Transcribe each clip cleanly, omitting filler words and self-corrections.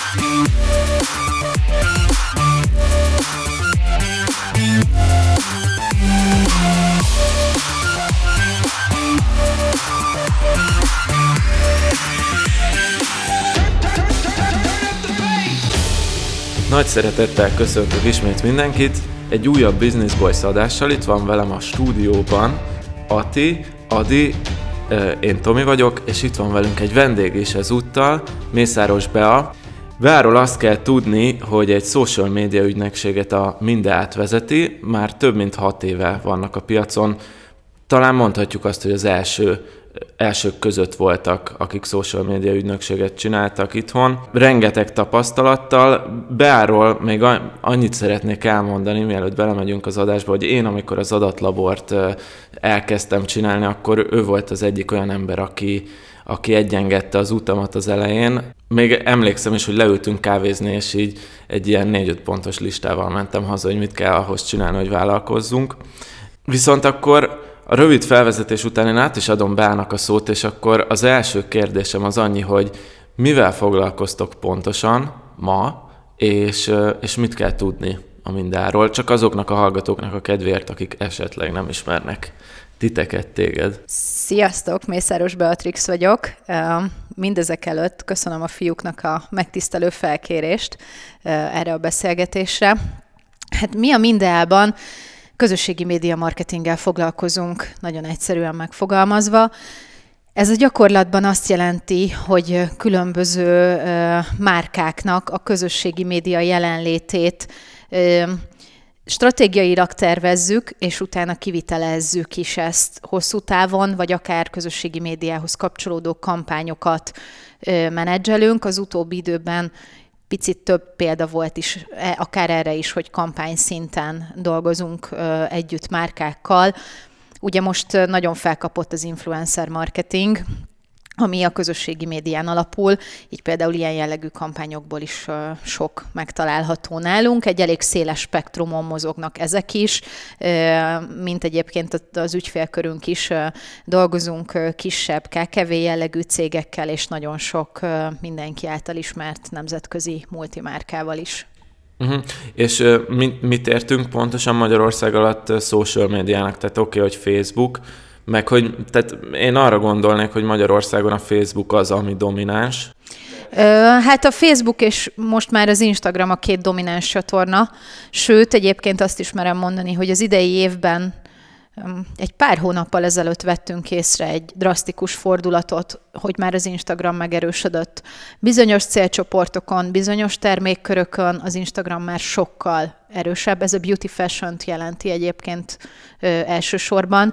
Nagy szeretettel köszöntök ismét mindenkit, egy újabb Business Boys adással. Itt van velem a stúdióban Adi, én Tomi vagyok, és itt van velünk egy vendég is ezúttal, Mészáros Bea. Beáról azt kell tudni, hogy egy social media ügynökséget a Mindeát vezeti, már több mint 6 éve vannak a piacon. Talán mondhatjuk azt, hogy az elsők között voltak, akik social media ügynökséget csináltak itthon. Rengeteg tapasztalattal. Beáról még annyit szeretnék elmondani, mielőtt belemegyünk az adásba, hogy én, amikor az adatlabort elkezdtem csinálni, akkor ő volt az egyik olyan ember, aki egyengedte az utamat az elején. Még emlékszem is, hogy leültünk kávézni, és így egy ilyen 4-5 pontos listával mentem haza, hogy mit kell ahhoz csinálni, hogy vállalkozzunk. Viszont akkor a rövid felvezetés után én át is adom Beának a szót, és akkor az első kérdésem az annyi, hogy mivel foglalkoztok pontosan ma, és mit kell tudni a Mindeáról, csak azoknak a hallgatóknak a kedvéért, akik esetleg nem ismernek téged. Sziasztok, Mészáros Beatrix vagyok. Mindezek előtt köszönöm a fiúknak a megtisztelő felkérést erre a beszélgetésre. Hát mi a Mindeában? Közösségi média marketinggel foglalkozunk, nagyon egyszerűen megfogalmazva. Ez a gyakorlatban azt jelenti, hogy különböző márkáknak a közösségi média jelenlétét stratégiailag tervezzük, és utána kivitelezzük is ezt hosszú távon, vagy akár közösségi médiához kapcsolódó kampányokat menedzselünk. Az utóbbi időben picit több példa volt is, akár erre is, hogy kampány szinten dolgozunk együtt márkákkal. Ugye most nagyon felkapott az influencer marketing, ami a közösségi médián alapul, így például ilyen jellegű kampányokból is sok megtalálható nálunk. Egy elég széles spektrumon mozognak ezek is, mint egyébként az ügyfélkörünk is. Dolgozunk kisebb KKV jellegű cégekkel, és nagyon sok mindenki által ismert nemzetközi multimárkával is. Uh-huh. És mit értünk pontosan Magyarország alatt social médiának? Tehát oké, hogy Facebook, meg hogy, tehát én arra gondolnék, hogy Magyarországon a Facebook az, ami domináns. Hát a Facebook és most már az Instagram a 2 domináns csatorna, sőt, egyébként azt is merem mondani, hogy az idei évben egy pár hónappal ezelőtt vettünk észre egy drasztikus fordulatot, hogy már az Instagram megerősödött. Bizonyos célcsoportokon, bizonyos termékkörökön az Instagram már sokkal erősebb. Ez a beauty fashion-t jelenti egyébként elsősorban.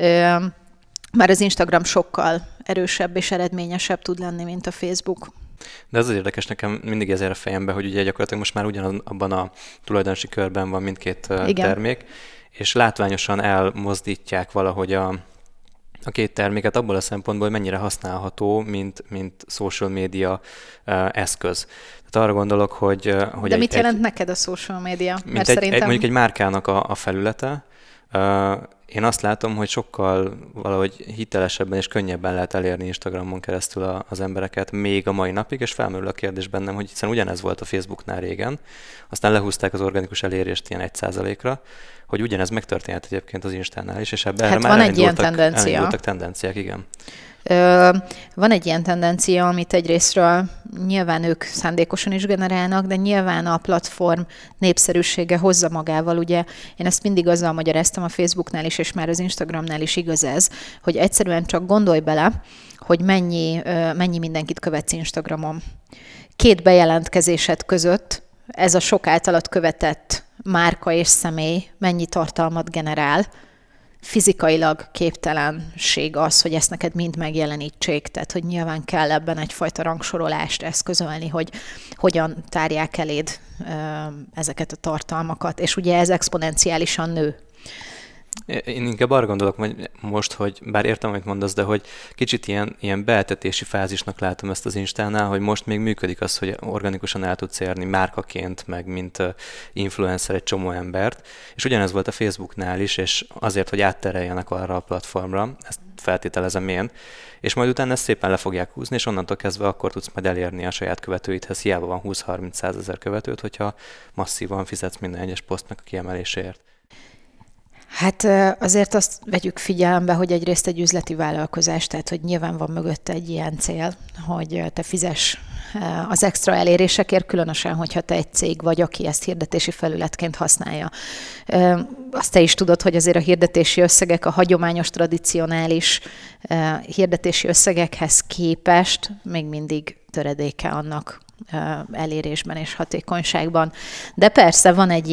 Már az Instagram sokkal erősebb és eredményesebb tud lenni, mint a Facebook. De ez az érdekes nekem mindig ezért a fejembe, hogy ugye gyakorlatilag most már ugyanabban a tulajdonosi körben van mindkét termék, és látványosan elmozdítják valahogy a 2 terméket abból a szempontból, hogy mennyire használható, mint social media eszköz. Tehát arra gondolok, hogy de mit jelent neked a social media? Mert szerintem... mondjuk egy márkának a felülete. Én azt látom, hogy sokkal valahogy hitelesebben és könnyebben lehet elérni Instagramon keresztül az embereket még a mai napig, és felmerül a kérdés bennem, hogy hiszen ugyanez volt a Facebooknál régen, aztán lehúzták az organikus elérést ilyen 1%-ra, hogy ugyanez megtörténhet egyébként az Instánál is, és ebben már elindultak tendenciák, igen. Van egy ilyen tendencia, amit egyrésztről nyilván ők szándékosan is generálnak, de nyilván a platform népszerűsége hozza magával. Ugye én ezt mindig azzal magyaráztam a Facebooknál is, és már az Instagramnál is igaz ez, hogy egyszerűen csak gondolj bele, hogy mennyi mindenkit követsz Instagramon. 2 bejelentkezésed között ez a sok általad követett márka és személy mennyi tartalmat generál. Fizikailag képtelenség az, hogy ezt neked mind megjelenítsék, tehát hogy nyilván kell ebben egyfajta rangsorolást eszközölni, hogy hogyan tárják eléd ezeket a tartalmakat, és ugye ez exponenciálisan nő. Én inkább arra gondolok hogy most, hogy bár értem, amit mondasz, de hogy kicsit ilyen beeltetési fázisnak látom ezt az Instánál, hogy most még működik az, hogy organikusan el tudsz érni márkaként, meg mint influencer egy csomó embert, és ugyanez volt a Facebooknál is, és azért, hogy áttereljenek arra a platformra, ezt feltételezem én, és majd utána ezt szépen le fogják húzni, és onnantól kezdve akkor tudsz majd elérni a saját követőidhez. Hiába van 20-30-100 ezer követőt, hogyha masszívan fizetsz minden egyes posztnak a kiemeléséért. Hát azért azt vegyük figyelembe, hogy egyrészt egy üzleti vállalkozás, tehát hogy nyilván van mögötte egy ilyen cél, hogy te fizess az extra elérésekért, különösen, hogyha te egy cég vagy, aki ezt hirdetési felületként használja. Azt te is tudod, hogy azért a hirdetési összegek a hagyományos, tradicionális hirdetési összegekhez képest még mindig töredéke annak elérésben és hatékonyságban. De persze van egy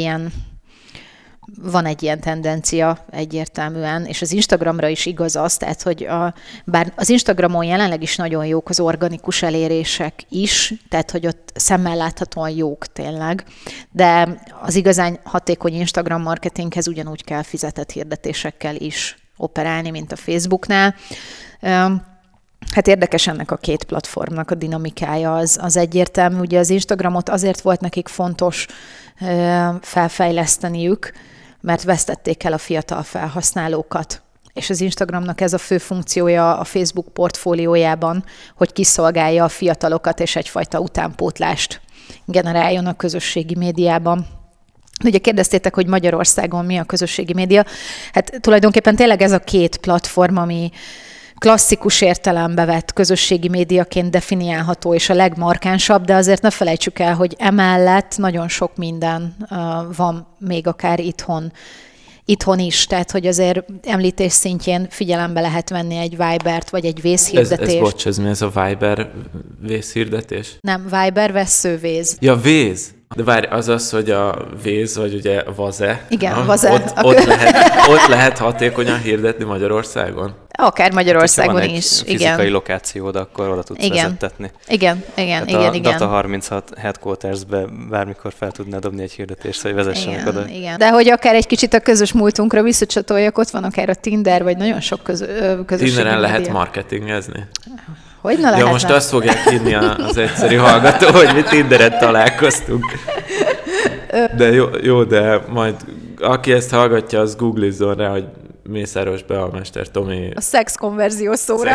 ilyen tendencia egyértelműen, és az Instagramra is igaz az, tehát, hogy bár az Instagramon jelenleg is nagyon jók az organikus elérések is, tehát, hogy ott szemmel láthatóan jók tényleg, de az igazán hatékony Instagram marketinghez ugyanúgy kell fizetett hirdetésekkel is operálni, mint a Facebooknál. Hát érdekes ennek a két platformnak a dinamikája, az egyértelmű. Ugye az Instagramot azért volt nekik fontos felfejleszteniük, mert vesztették el a fiatal felhasználókat. És az Instagramnak ez a fő funkciója a Facebook portfóliójában, hogy kiszolgálja a fiatalokat, és egyfajta utánpótlást generáljon a közösségi médiában. Ugye kérdeztétek, hogy Magyarországon mi a közösségi média. Hát tulajdonképpen tényleg ez a két platform, ami klasszikus értelembe vett közösségi médiaként definiálható, és a legmarkánsabb, de azért ne felejtsük el, hogy emellett nagyon sok minden van még akár itthon is, tehát hogy azért említés szintjén figyelembe lehet venni egy Vibert, vagy egy vészhirdetést. Ez mi ez a Viber vészhirdetés? Nem, Viber vesszővéz. Ja, véz. De várj, az, hogy a véz, vagy ugye vaze. Igen, vaze. Ott lehet hatékonyan hirdetni Magyarországon? Akár Magyarországon van is. Egy fizikai lokációd, akkor oda tudsz vezettetni. Igen. A Data 36 headquarters-be bármikor fel tudnád dobni egy hirdetést, hogy vezessenek oda. Igen. De hogy akár egy kicsit a közös múltunkra visszacsatoljak, ott van akár a Tinder, vagy nagyon sok közösségi Tinderen média. lehet marketingezni? Hogy ne lehetne? Ja, most azt fogják hinni az egyszerű hallgató, hogy mi Tinderen találkoztunk. De jó, de majd aki ezt hallgatja, az googlizzon rá, hogy Mészáros Bealmester Tomi... A szexkonverzió szóra.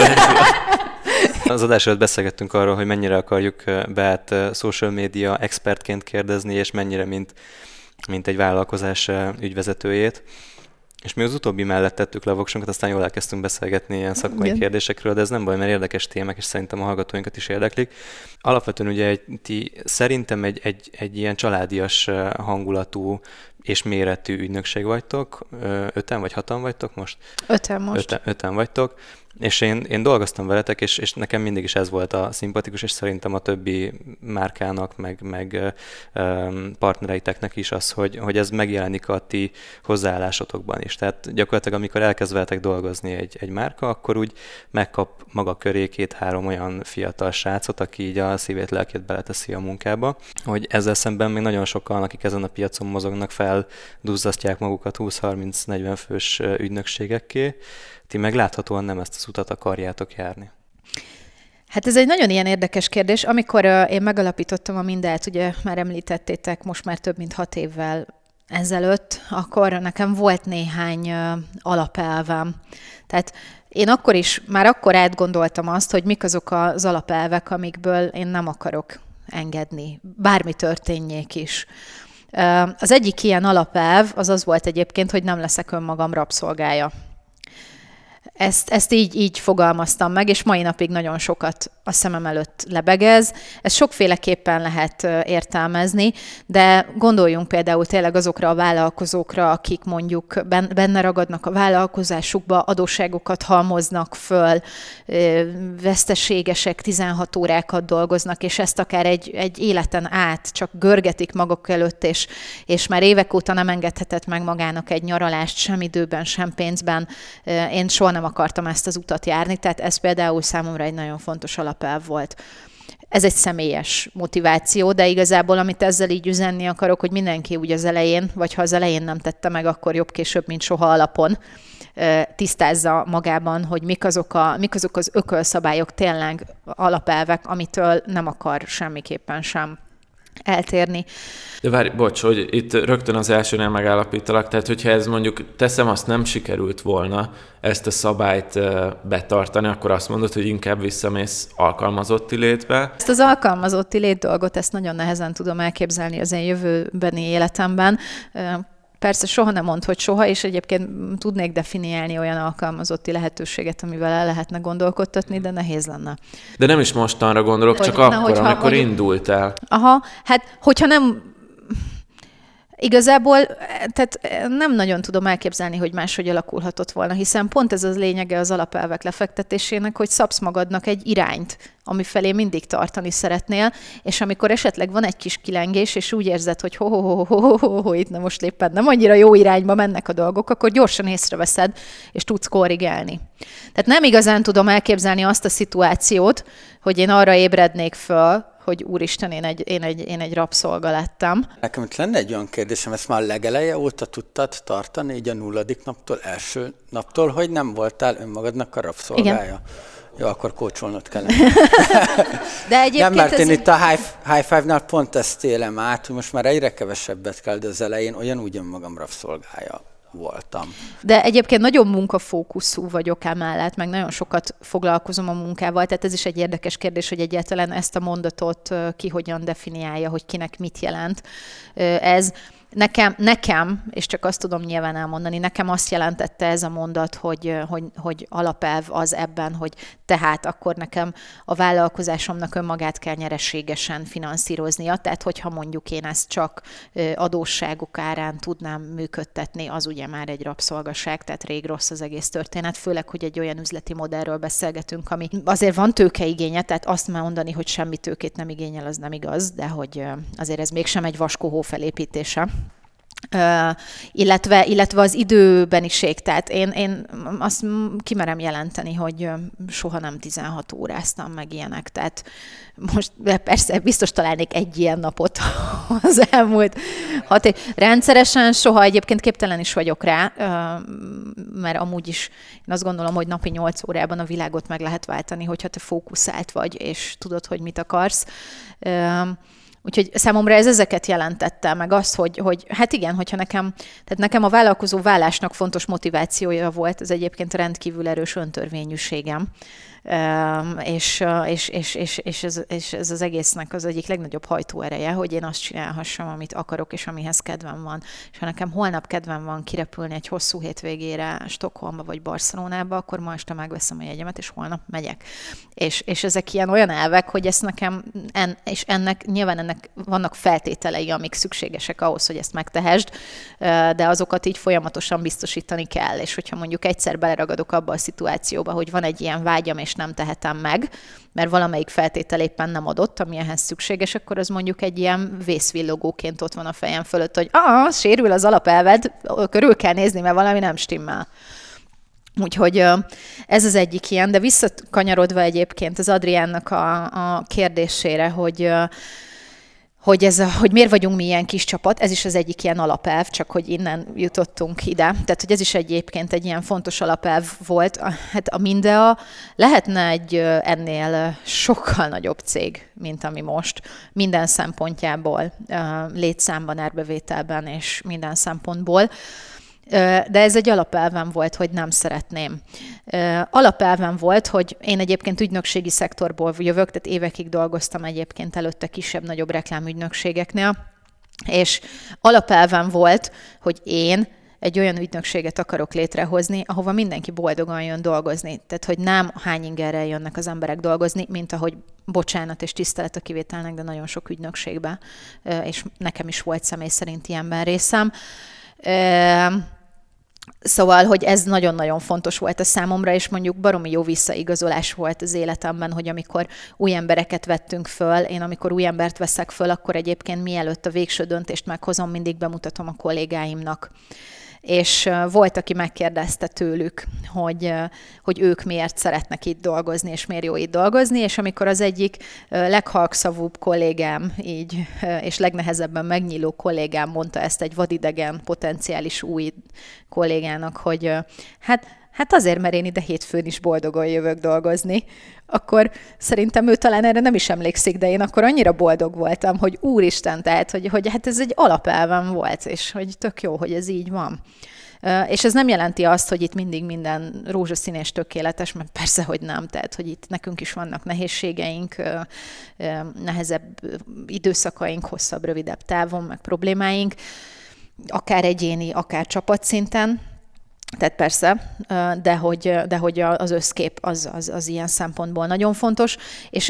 Az adás előtt beszélgettünk arról, hogy mennyire akarjuk Beát social media expertként kérdezni, és mennyire mint egy vállalkozás ügyvezetőjét. És mi az utóbbi mellett tettük le a voksunkat, aztán jól elkezdtünk beszélgetni ilyen szakmai kérdésekről, de ez nem baj, mert érdekes témák, és szerintem a hallgatóinkat is érdeklik. Alapvetően ugye ti szerintem egy ilyen családias hangulatú és méretű ügynökség vagytok. 5-en vagy 6-an vagytok most? 5-en most. 5-en vagytok. És én dolgoztam veletek, és nekem mindig is ez volt a szimpatikus, és szerintem a többi márkának, meg partnereiteknek is az, hogy ez megjelenik a ti hozzáállásotokban is. Tehát gyakorlatilag, amikor elkezd veletek dolgozni egy márka, akkor úgy megkap maga köré 2-3 olyan fiatal srácot, aki így a szívét, lelkét beleteszi a munkába, hogy ezzel szemben még nagyon sokan, akik ezen a piacon mozognak, felduzzasztják magukat 20-30-40 fős ügynökségekké. Ti meg láthatóan nem ezt az utat akarjátok járni. Hát ez egy nagyon ilyen érdekes kérdés. Amikor én megalapítottam a Mindelt, ugye már említettétek, most már több mint 6 évvel ezelőtt, akkor nekem volt néhány alapelvem. Tehát én már akkor átgondoltam azt, hogy mik azok az alapelvek, amikből én nem akarok engedni. Bármi történjék is. Az egyik ilyen alapelv az volt egyébként, hogy nem leszek önmagam rabszolgája. Ezt így fogalmaztam meg, és mai napig nagyon sokat a szemem előtt lebegez. Ezt sokféleképpen lehet értelmezni, de gondoljunk például tényleg azokra a vállalkozókra, akik mondjuk benne ragadnak a vállalkozásukba, adósságokat halmoznak föl, veszteségesek, 16 órákat dolgoznak, és ezt akár egy életen át csak görgetik maguk előtt, és már évek óta nem engedhetett meg magának egy nyaralást, sem időben, sem pénzben. Én soha nem akartam ezt az utat járni, tehát ez például számomra egy nagyon fontos alapelv volt. Ez egy személyes motiváció, de igazából amit ezzel így üzenni akarok, hogy mindenki úgy az elején, vagy ha az elején nem tette meg, akkor jobb később, mint soha alapon tisztázza magában, hogy mik azok az ökölszabályok, tényleg alapelvek, amitől nem akar semmiképpen sem eltérni. De várj, bocs, hogy itt rögtön az elsőnél megállapítalak, tehát hogyha ez mondjuk, teszem, azt nem sikerült volna ezt a szabályt betartani, akkor azt mondod, hogy inkább visszamész alkalmazotti létbe. Ezt az alkalmazotti lét dolgot, ezt nagyon nehezen tudom elképzelni az én jövőbeni életemben. Persze soha nem mondd, hogy soha, és egyébként tudnék definiálni olyan alkalmazotti lehetőséget, amivel el lehetne gondolkodtatni, de nehéz lenne. De nem is mostanra gondolok, hogy, csak akkor, amikor indultál. Aha, hát hogyha nem... Igazából, tehát nem nagyon tudom elképzelni, hogy máshogy alakulhatott volna, hiszen pont ez az lényege az alapelvek lefektetésének, hogy szabsz magadnak egy irányt, amifelé mindig tartani szeretnél, és amikor esetleg van egy kis kilengés, és úgy érzed, hogy itt most éppen nem annyira jó irányba mennek a dolgok, akkor gyorsan észreveszed, és tudsz korrigálni. Tehát nem igazán tudom elképzelni azt a szituációt, hogy én arra ébrednék föl, hogy úristen, én egy rabszolga lettem. Nekem itt lenne egy olyan kérdésem, ezt már legeleje óta tudtad tartani, így a 0. naptól, első naptól, hogy nem voltál önmagadnak a rabszolgája? Igen. Jó, akkor kócsolnod kellene. De egyébként nem, mert én itt a High Five-nál pont ezt élem át, hogy most már egyre kevesebbet kell, de az elején ugyanúgy önmagam rabszolgája voltam. De egyébként nagyon munkafókuszú vagyok emellett, meg nagyon sokat foglalkozom a munkával, tehát ez is egy érdekes kérdés, hogy egyáltalán ezt a mondatot ki hogyan definiálja, hogy kinek mit jelent. Ez nekem, és csak azt tudom nyilván elmondani, nekem azt jelentette ez a mondat, hogy alapelv az ebben, hogy tehát akkor nekem a vállalkozásomnak önmagát kell nyereségesen finanszíroznia, tehát hogyha mondjuk én ezt csak adósságok árán tudnám működtetni, az ugye már egy rabszolgaság, tehát rég rossz az egész történet, főleg, hogy egy olyan üzleti modellről beszélgetünk, ami azért van tőkeigénye, tehát azt mondani, hogy semmi tőkét nem igényel, az nem igaz, de hogy azért ez mégsem egy vaskóhó felépítése. Illetve az időbeniség, tehát én azt kimerem jelenteni, hogy soha nem 16 óráztam meg ilyenek, tehát most persze biztos találnék egy ilyen napot az elmúlt 6 év. Rendszeresen soha, egyébként képtelen is vagyok rá, mert amúgy is én azt gondolom, hogy napi 8 órában a világot meg lehet váltani, hogyha te fókuszált vagy, és tudod, hogy mit akarsz. Úgyhogy számomra ez ezeket jelentette, meg azt, hogy hát igen, hogyha nekem a vállalkozó válásnak fontos motivációja volt, ez egyébként rendkívül erős öntörvényűségem. És ez az egésznek az egyik legnagyobb hajtóereje, hogy én azt csinálhassam, amit akarok, és amihez kedvem van. És ha nekem holnap kedvem van kirepülni egy hosszú hétvégére Stockholmba vagy Barcelonába, akkor ma este megveszem a jegyemet, és holnap megyek. És ezek ilyen olyan elvek, hogy ezt nekem, és nyilván ennek vannak feltételei, amik szükségesek ahhoz, hogy ezt megtehesd, de azokat így folyamatosan biztosítani kell. És hogyha mondjuk egyszer beleragadok abba a szituációba, hogy van egy ilyen vágyam, és nem tehetem meg, mert valamelyik feltétel éppen nem adott, ami ehhez szükséges, akkor az mondjuk egy ilyen vészvillogóként ott van a fejem fölött, hogy sérül az alapelved, körül kell nézni, mert valami nem stimmel. Úgyhogy ez az egyik ilyen, de visszakanyarodva egyébként az Adriánnak a kérdésére, hogy miért vagyunk mi ilyen kis csapat, ez is az egyik ilyen alapelv, csak hogy innen jutottunk ide. Tehát, hogy ez is egyébként egy ilyen fontos alapelv volt. Hát a Mindea lehetne egy ennél sokkal nagyobb cég, mint ami most. Minden szempontjából, létszámban, árbevételben és minden szempontból. De ez egy alapelvem volt, hogy nem szeretném. Alapelvem volt, hogy én egyébként ügynökségi szektorból jövök, tehát évekig dolgoztam egyébként előtte kisebb-nagyobb reklámügynökségeknél, és alapelvem volt, hogy én egy olyan ügynökséget akarok létrehozni, ahova mindenki boldogan jön dolgozni. Tehát, hogy nem hány ingerrel jönnek az emberek dolgozni, mint ahogy bocsánat és tisztelet a kivételnek, de nagyon sok ügynökségben, és nekem is volt személy szerint ilyenben részem. Szóval, hogy ez nagyon-nagyon fontos volt a számomra, és mondjuk baromi jó visszaigazolás volt az életemben, hogy amikor új embereket vettünk föl, én amikor új embert veszek föl, akkor egyébként mielőtt a végső döntést meghozom, mindig bemutatom a kollégáimnak. és volt, aki megkérdezte tőlük, hogy ők miért szeretnek itt dolgozni, és miért jó itt dolgozni, és amikor az egyik leghalkszavúbb kollégám így, és legnehezebben megnyíló kollégám mondta ezt egy vadidegen, potenciális új kollégának, hogy hát azért, mert én ide hétfőn is boldogan jövök dolgozni, akkor szerintem ő talán erre nem is emlékszik, de én akkor annyira boldog voltam, hogy úristen, tehát, hogy hát ez egy alapelvem volt, és hogy tök jó, hogy ez így van. És ez nem jelenti azt, hogy itt mindig minden rózsaszín és tökéletes, mert persze, hogy nem, tehát, hogy itt nekünk is vannak nehézségeink, nehezebb időszakaink, hosszabb, rövidebb távon, meg problémáink, akár egyéni, akár csapatszinten. Tehát persze, de hogy az összkép az ilyen szempontból nagyon fontos, és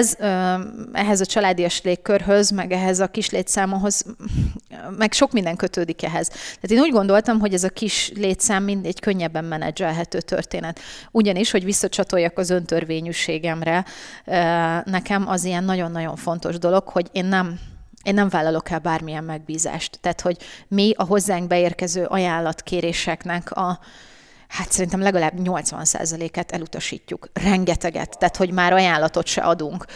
ehhez a családias légkörhöz, meg ehhez a kis létszámhoz, meg sok minden kötődik ehhez. Tehát én úgy gondoltam, hogy ez a kis létszám mindegy könnyebben menedzselhető történet. Ugyanis, hogy visszacsatoljak az öntörvényűségemre, nekem az ilyen nagyon-nagyon fontos dolog, hogy én nem vállalok el bármilyen megbízást. Tehát, hogy mi a hozzánk beérkező ajánlatkéréseknek hát szerintem legalább 80%-át elutasítjuk. Rengeteget. Tehát, hogy már ajánlatot se adunk.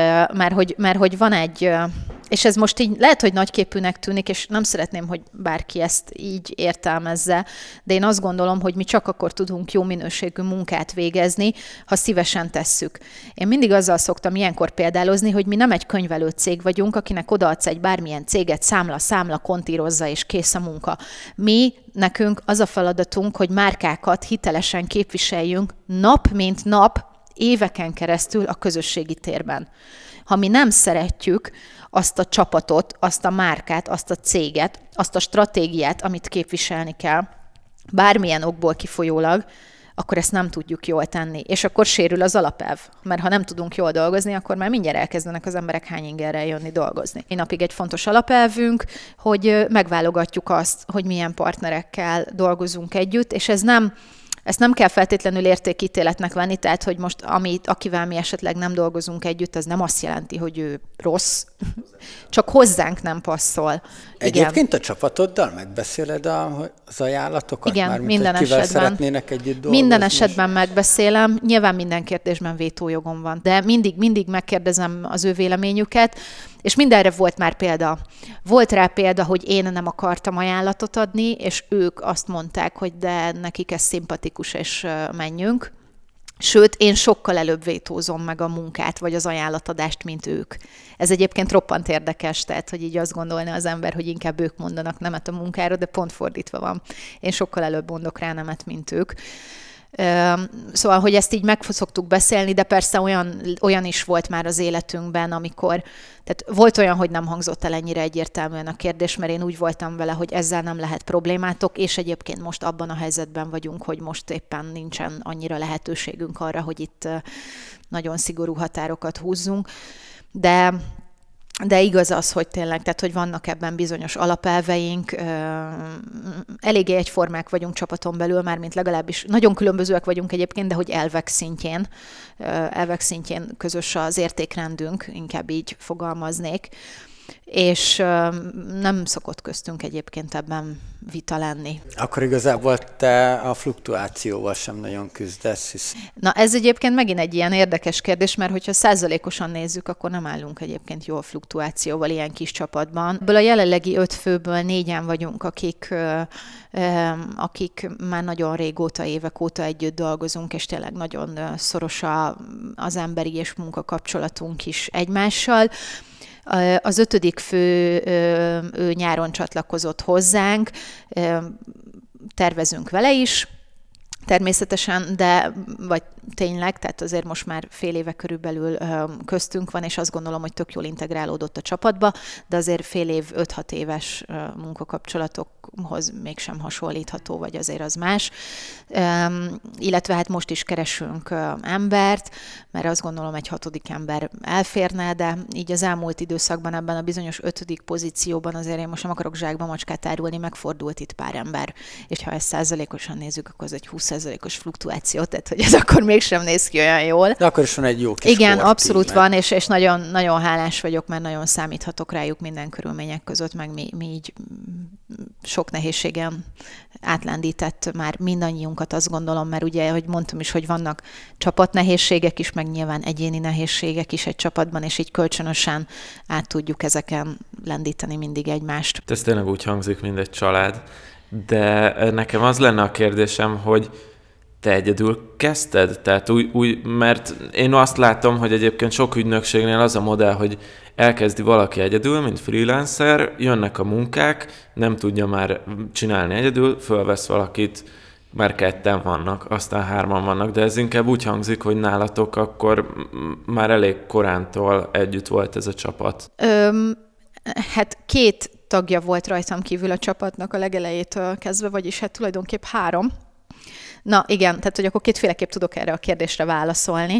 Mert hogy van egy... És ez most így lehet, hogy nagyképűnek tűnik, és nem szeretném, hogy bárki ezt így értelmezze, de én azt gondolom, hogy mi csak akkor tudunk jó minőségű munkát végezni, ha szívesen tesszük. Én mindig azzal szoktam ilyenkor példálozni, hogy mi nem egy könyvelő cég vagyunk, akinek odaadsz egy bármilyen céget, számla kontírozza, és kész a munka. Nekünk az a feladatunk, hogy márkákat hitelesen képviseljünk nap mint nap, éveken keresztül a közösségi térben. Ha mi nem szeretjük azt a csapatot, azt a márkát, azt a céget, azt a stratégiát, amit képviselni kell, bármilyen okból kifolyólag, akkor ezt nem tudjuk jól tenni. És akkor sérül az alapelv. Mert ha nem tudunk jól dolgozni, akkor már mindjárt elkezdenek az emberek hány ingerrel jönni dolgozni. Napig egy fontos alapelvünk, hogy megválogatjuk azt, hogy milyen partnerekkel dolgozunk együtt, és ezt nem kell feltétlenül értékítéletnek venni, tehát, hogy most akivel mi esetleg nem dolgozunk együtt, az nem azt jelenti, hogy ő rossz, csak hozzánk nem passzol. Egyébként a csapatoddal megbeszéled az ajánlatokat? Igen, mármint, minden kivel esetben. Szeretnének együtt dolgozni? Minden esetben megbeszélem, nyilván minden kérdésben vétójogom van, de mindig megkérdezem az ő véleményüket, és mindenre volt már példa. Volt rá példa, hogy én nem akartam ajánlatot adni, és ők azt mondták, hogy de nekik ez szimpatikus, és menjünk. Sőt, én sokkal előbb vétózom meg a munkát, vagy az ajánlatadást, mint ők. Ez egyébként roppant érdekes, tehát, hogy így azt gondolna az ember, hogy inkább ők mondanak nemet a munkára, de pont fordítva van. Én sokkal előbb mondok rá nemet, mint ők. Szóval, hogy ezt így meg szoktuk beszélni, de persze olyan is volt már az életünkben, amikor, tehát volt olyan, hogy nem hangzott el ennyire egyértelműen a kérdés, mert én úgy voltam vele, hogy ezzel nem lehet problémátok, és egyébként most abban a helyzetben vagyunk, hogy most éppen nincsen annyira lehetőségünk arra, hogy itt nagyon szigorú határokat húzzunk, de igaz az, hogy tényleg, tehát hogy vannak ebben bizonyos alapelveink, eléggé egyformák vagyunk csapaton belül, mármint legalábbis nagyon különbözőek vagyunk egyébként, de hogy elvek szintjén közös az értékrendünk, inkább így fogalmaznék, és nem szokott köztünk egyébként ebben vita lenni. Akkor igazából te a fluktuációval sem nagyon küzdesz. Na ez egyébként megint egy ilyen érdekes kérdés, mert hogyha 100%-osan nézzük, akkor nem állunk egyébként jól fluktuációval ilyen kis csapatban. Ebből a jelenlegi 5 főből 4-en vagyunk, akik már nagyon régóta, évek óta együtt dolgozunk, és tényleg nagyon szoros az emberi és munkakapcsolatunk is egymással. Az 5. fő ő nyáron csatlakozott hozzánk, tervezünk vele is, természetesen, vagy tényleg, tehát azért most már fél éve körülbelül köztünk van, és azt gondolom, hogy tök jól integrálódott a csapatba, de azért fél év, 5-6 éves munkakapcsolatokhoz mégsem hasonlítható, vagy azért az más. Illetve hát most is keresünk embert, mert azt gondolom, egy 6. ember elférne, de így az elmúlt időszakban ebben a bizonyos 5. pozícióban azért én most nem akarok zsákba macskát árulni, megfordult itt pár ember. És ha ezt 100%-osan nézzük, akkor ez egy 20%-os fluktuáció, tehát hogy ez akkor még mégsem néz ki olyan jól. De akkor is van egy jó kis igen, abszolút van, és nagyon, nagyon hálás vagyok, mert nagyon számíthatok rájuk minden körülmények között, meg mi így sok nehézségen átlendített már mindannyiunkat, azt gondolom, mert ugye, hogy mondtam is, hogy vannak csapatnehézségek is, meg nyilván egyéni nehézségek is egy csapatban, és így kölcsönösen át tudjuk ezeken lendíteni mindig egymást. Ez tényleg úgy hangzik, mint egy család, de nekem az lenne a kérdésem, hogy te egyedül kezdted? Tehát mert én azt látom, hogy egyébként sok ügynökségnél az a modell, hogy elkezdi valaki egyedül, mint freelancer, jönnek a munkák, nem tudja már csinálni egyedül, fölvesz valakit, már 2 vannak, aztán 3 vannak, de ez inkább úgy hangzik, hogy nálatok akkor már elég korántól együtt volt ez a csapat. Hát 2 tagja volt rajtam kívül a csapatnak a legelejétől kezdve, vagyis hát tulajdonképp 3. Na igen, tehát hogy akkor 2-féleképp tudok erre a kérdésre válaszolni.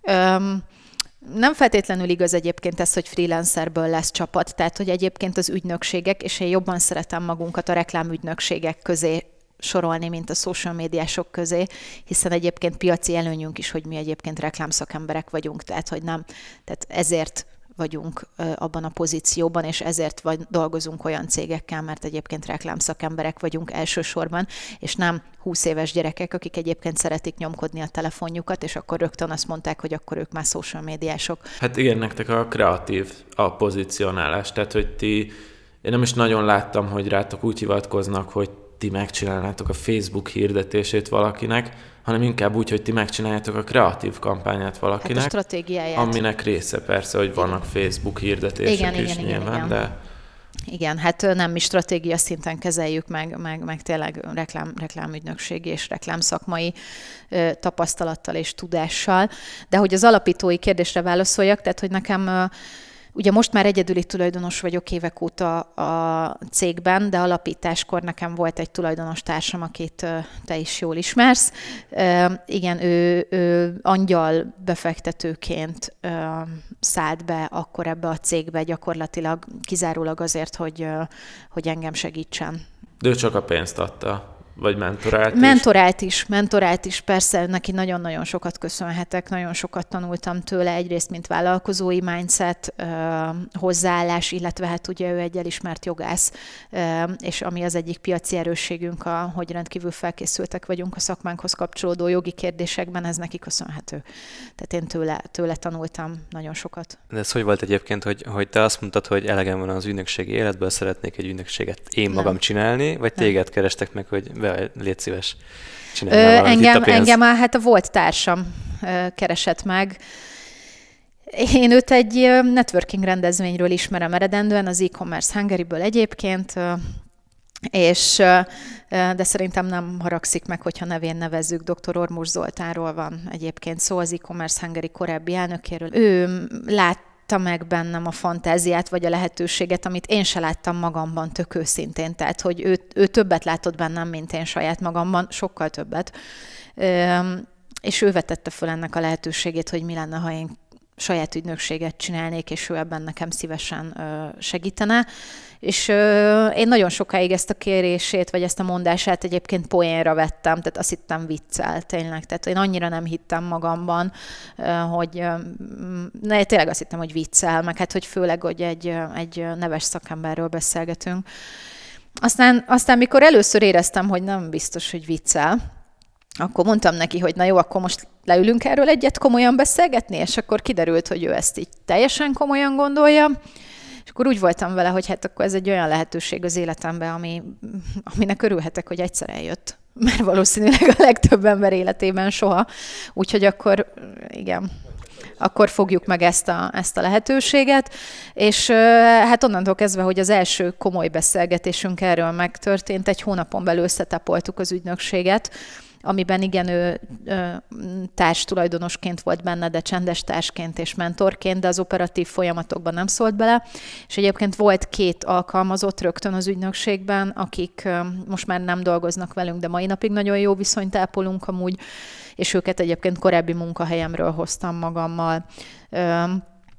Nem feltétlenül igaz egyébként ez, hogy freelancerből lesz csapat, tehát hogy egyébként az ügynökségek, és én jobban szeretem magunkat a reklámügynökségek közé sorolni, mint a social médiások közé, hiszen egyébként piaci előnyünk is, hogy mi egyébként reklámszakemberek vagyunk, tehát hogy nem, tehát ezért vagyunk abban a pozícióban, és ezért dolgozunk olyan cégekkel, mert egyébként reklámszakemberek vagyunk elsősorban, és nem 20 éves gyerekek, akik egyébként szeretik nyomkodni a telefonjukat, és akkor rögtön azt mondták, hogy akkor ők már social médiások. Hát igen, nektek a kreatív a pozícionálás, tehát hogy én nem is nagyon láttam, hogy rátok úgy hivatkoznak, hogy ti megcsinálnátok a Facebook hirdetését valakinek, hanem inkább úgy, hogy ti megcsináljátok a kreatív kampányát valakinek. Hát a stratégiáját. Aminek része persze, hogy vannak Facebook hirdetések is nyilván, de... Igen, hát nem mi stratégia szinten kezeljük meg tényleg reklámügynökségi és reklámszakmai tapasztalattal és tudással. De hogy az alapítói kérdésre válaszoljak, tehát hogy nekem... Ugye most már egyedüli tulajdonos vagyok évek óta a cégben, de alapításkor nekem volt egy tulajdonos társam, akit te is jól ismersz. Igen, ő angyal befektetőként szállt be akkor ebbe a cégbe gyakorlatilag kizárólag azért, hogy engem segítsen. De ő csak a pénzt adta. Vagy mentorált is, persze, neki nagyon-nagyon sokat köszönhetek, nagyon sokat tanultam tőle, egyrészt, mint vállalkozói mindset, hozzáállás, illetve hát ugye ő egy elismert jogász, és ami az egyik piaci erősségünk, hogy rendkívül felkészültek vagyunk a szakmánkhoz kapcsolódó jogi kérdésekben, ez neki köszönhető. Tehát én tőle tanultam nagyon sokat. De ez hogy volt egyébként, hogy te azt mondtad, hogy elegem van az ügynökségi életből, szeretnék egy ügynökséget én magam csinálni, vagy téged kerestek meg, hogy légy szíves, csinálj valamit, itt a pénz. Engem hát a volt társam keresett meg. Én őt egy networking rendezvényről ismerem eredendően, az e-commerce Hungaryből egyébként, de szerintem nem haragszik meg, hogyha nevén nevezzük, dr. Ormus Zoltánról van egyébként szó, az e-commerce Hungary korábbi elnökéről. Ő látta meg bennem a fantáziát, vagy a lehetőséget, amit én se láttam magamban tök őszintén. Tehát, hogy ő többet látott bennem, mint én saját magamban, sokkal többet. És ő vetette föl ennek a lehetőségét, hogy mi lenne, ha én saját ügynökséget csinálnék, és ő ebben nekem szívesen segítene. És én nagyon sokáig ezt a kérését, vagy ezt a mondását egyébként poénra vettem, tehát azt hittem viccel tényleg. Tehát én annyira nem hittem magamban, hogy tényleg azt hittem, hogy viccel, meg hát, hogy főleg, hogy egy neves szakemberről beszélgetünk. Aztán mikor először éreztem, hogy nem biztos, hogy viccel, akkor mondtam neki, hogy na jó, akkor most leülünk erről egyet komolyan beszélgetni, és akkor kiderült, hogy ő ezt így teljesen komolyan gondolja. És akkor úgy voltam vele, hogy hát akkor ez egy olyan lehetőség az életemben, aminek örülhetek, hogy egyszer eljött. Mert valószínűleg a legtöbb ember életében soha. Úgyhogy akkor igen, akkor fogjuk meg ezt a lehetőséget. És hát onnantól kezdve, hogy az első komoly beszélgetésünk erről megtörtént, egy hónapon belül összetapoltuk az ügynökséget, amiben igen, ő társtulajdonosként volt benne, de csendes társként és mentorként, de az operatív folyamatokban nem szólt bele. És egyébként volt 2 alkalmazott rögtön az ügynökségben, akik most már nem dolgoznak velünk, de mai napig nagyon jó viszonyt ápolunk amúgy, és őket egyébként korábbi munkahelyemről hoztam magammal.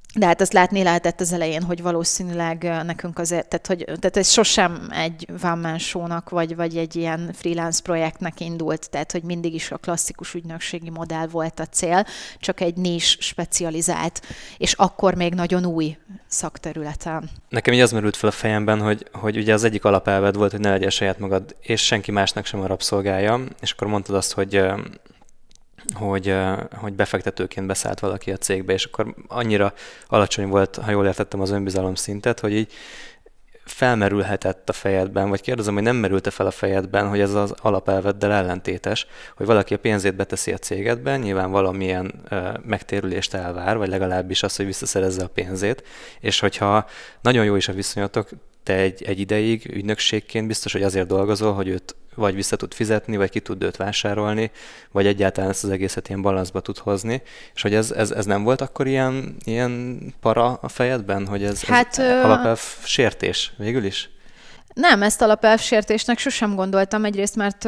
De hát azt látni lehetett az elején, hogy valószínűleg nekünk azért, tehát ez sosem egy one-man show-nak, vagy egy ilyen freelance projektnek indult, tehát hogy mindig is a klasszikus ügynökségi modell volt a cél, csak egy nis specializált, és akkor még nagyon új szakterületen. Nekem így az merült fel a fejemben, hogy ugye az egyik alapelved volt, hogy ne legyél saját magad, és senki másnak sem a rabszolgája, és akkor mondtad azt, hogy befektetőként beszállt valaki a cégbe, és akkor annyira alacsony volt, ha jól értettem, az önbizalom szintet, hogy így felmerülhetett a fejedben, vagy kérdezem, hogy nem merült-e fel a fejedben, hogy ez az alapelveddel ellentétes, hogy valaki a pénzét beteszi a cégedben, nyilván valamilyen megtérülést elvár, vagy legalábbis az, hogy visszaszerezze a pénzét, és hogyha nagyon jó is a viszonyatok, te egy ideig ügynökségként biztos, hogy azért dolgozol, hogy őt vagy vissza tud fizetni, vagy ki tud őt vásárolni, vagy egyáltalán ezt az egészet ilyen balanszba tud hozni. És hogy ez nem volt akkor ilyen para a fejedben, hogy ez alapelv sértés végül is? Nem, ezt alapelv sértésnek sosem gondoltam. Egyrészt, mert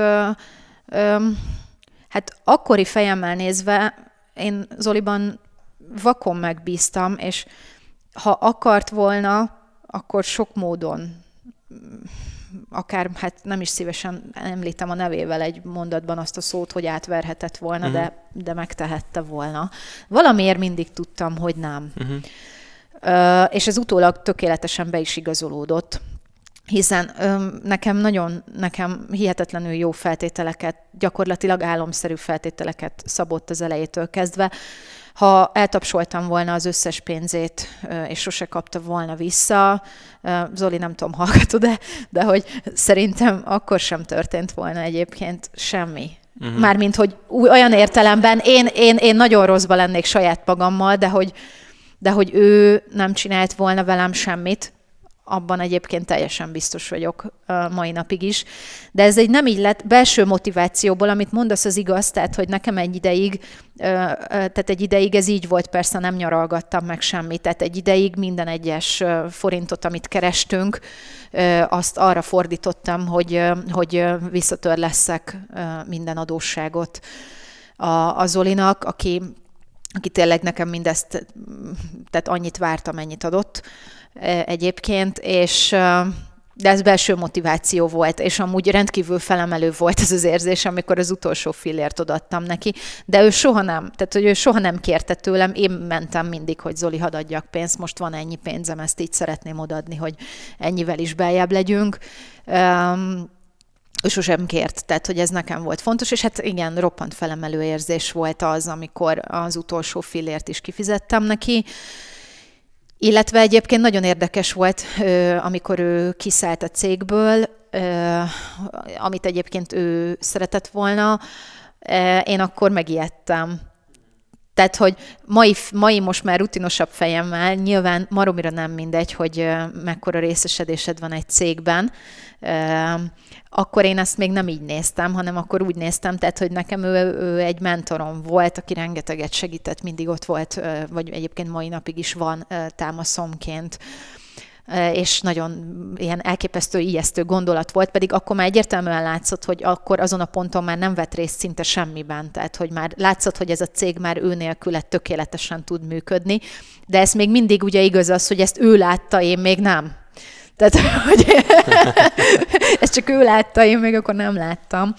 hát akkori fejemmel nézve én Zoliban vakon megbíztam, és ha akart volna, akkor sok módon, akár, hát nem is szívesen említem a nevével egy mondatban azt a szót, hogy átverhetett volna, de megtehette volna. Valamiért mindig tudtam, hogy nem. És ez utólag tökéletesen be is igazolódott, hiszen nekem hihetetlenül jó feltételeket, gyakorlatilag álomszerű feltételeket szabott az elejétől kezdve. Ha eltapsoltam volna az összes pénzét, és sose kapta volna vissza, Zoli, nem tudom, hallgatod-e, de hogy szerintem akkor sem történt volna egyébként semmi. Mármint, hogy olyan értelemben én nagyon rosszba lennék saját magammal, de hogy ő nem csinált volna velem semmit, abban egyébként teljesen biztos vagyok mai napig is. De ez nem így lett, belső motivációból, amit mondasz, az igaz, tehát, hogy nekem egy ideig ez így volt, persze nem nyaralgattam meg semmit, tehát egy ideig minden egyes forintot, amit kerestünk, azt arra fordítottam, hogy visszatörlesszek minden adósságot a Zolinak, aki tényleg nekem mindezt, tehát annyit vártam, ennyit adott egyébként, de ez belső motiváció volt, és amúgy rendkívül felemelő volt ez az érzés, amikor az utolsó fillért odaadtam neki, de ő soha nem kérte tőlem, én mentem mindig, hogy Zoli, hadd adjak pénzt, most van ennyi pénzem, ezt így szeretném odaadni, hogy ennyivel is beljebb legyünk. Ő sosem kért, tehát hogy ez nekem volt fontos, és hát igen, roppant felemelő érzés volt az, amikor az utolsó fillért is kifizettem neki. Illetve egyébként nagyon érdekes volt, amikor ő kiszállt a cégből, amit egyébként ő szeretett volna, én akkor megijedtem. Tehát, hogy mai most már rutinosabb fejemmel, nyilván maromira nem mindegy, hogy mekkora részesedésed van egy cégben, akkor én ezt még nem így néztem, hanem akkor úgy néztem, tehát, hogy nekem ő egy mentorom volt, aki rengeteget segített, mindig ott volt, vagy egyébként mai napig is van támaszomként, és nagyon ilyen elképesztő, ijesztő gondolat volt, pedig akkor már egyértelműen látszott, hogy akkor azon a ponton már nem vett részt szinte semmiben, tehát hogy már látszott, hogy ez a cég már ő nélküle tökéletesen tud működni, de ez még mindig ugye igaz az, hogy ezt ő látta, én még nem. Tehát, hogy ezt csak ő látta, én még akkor nem láttam.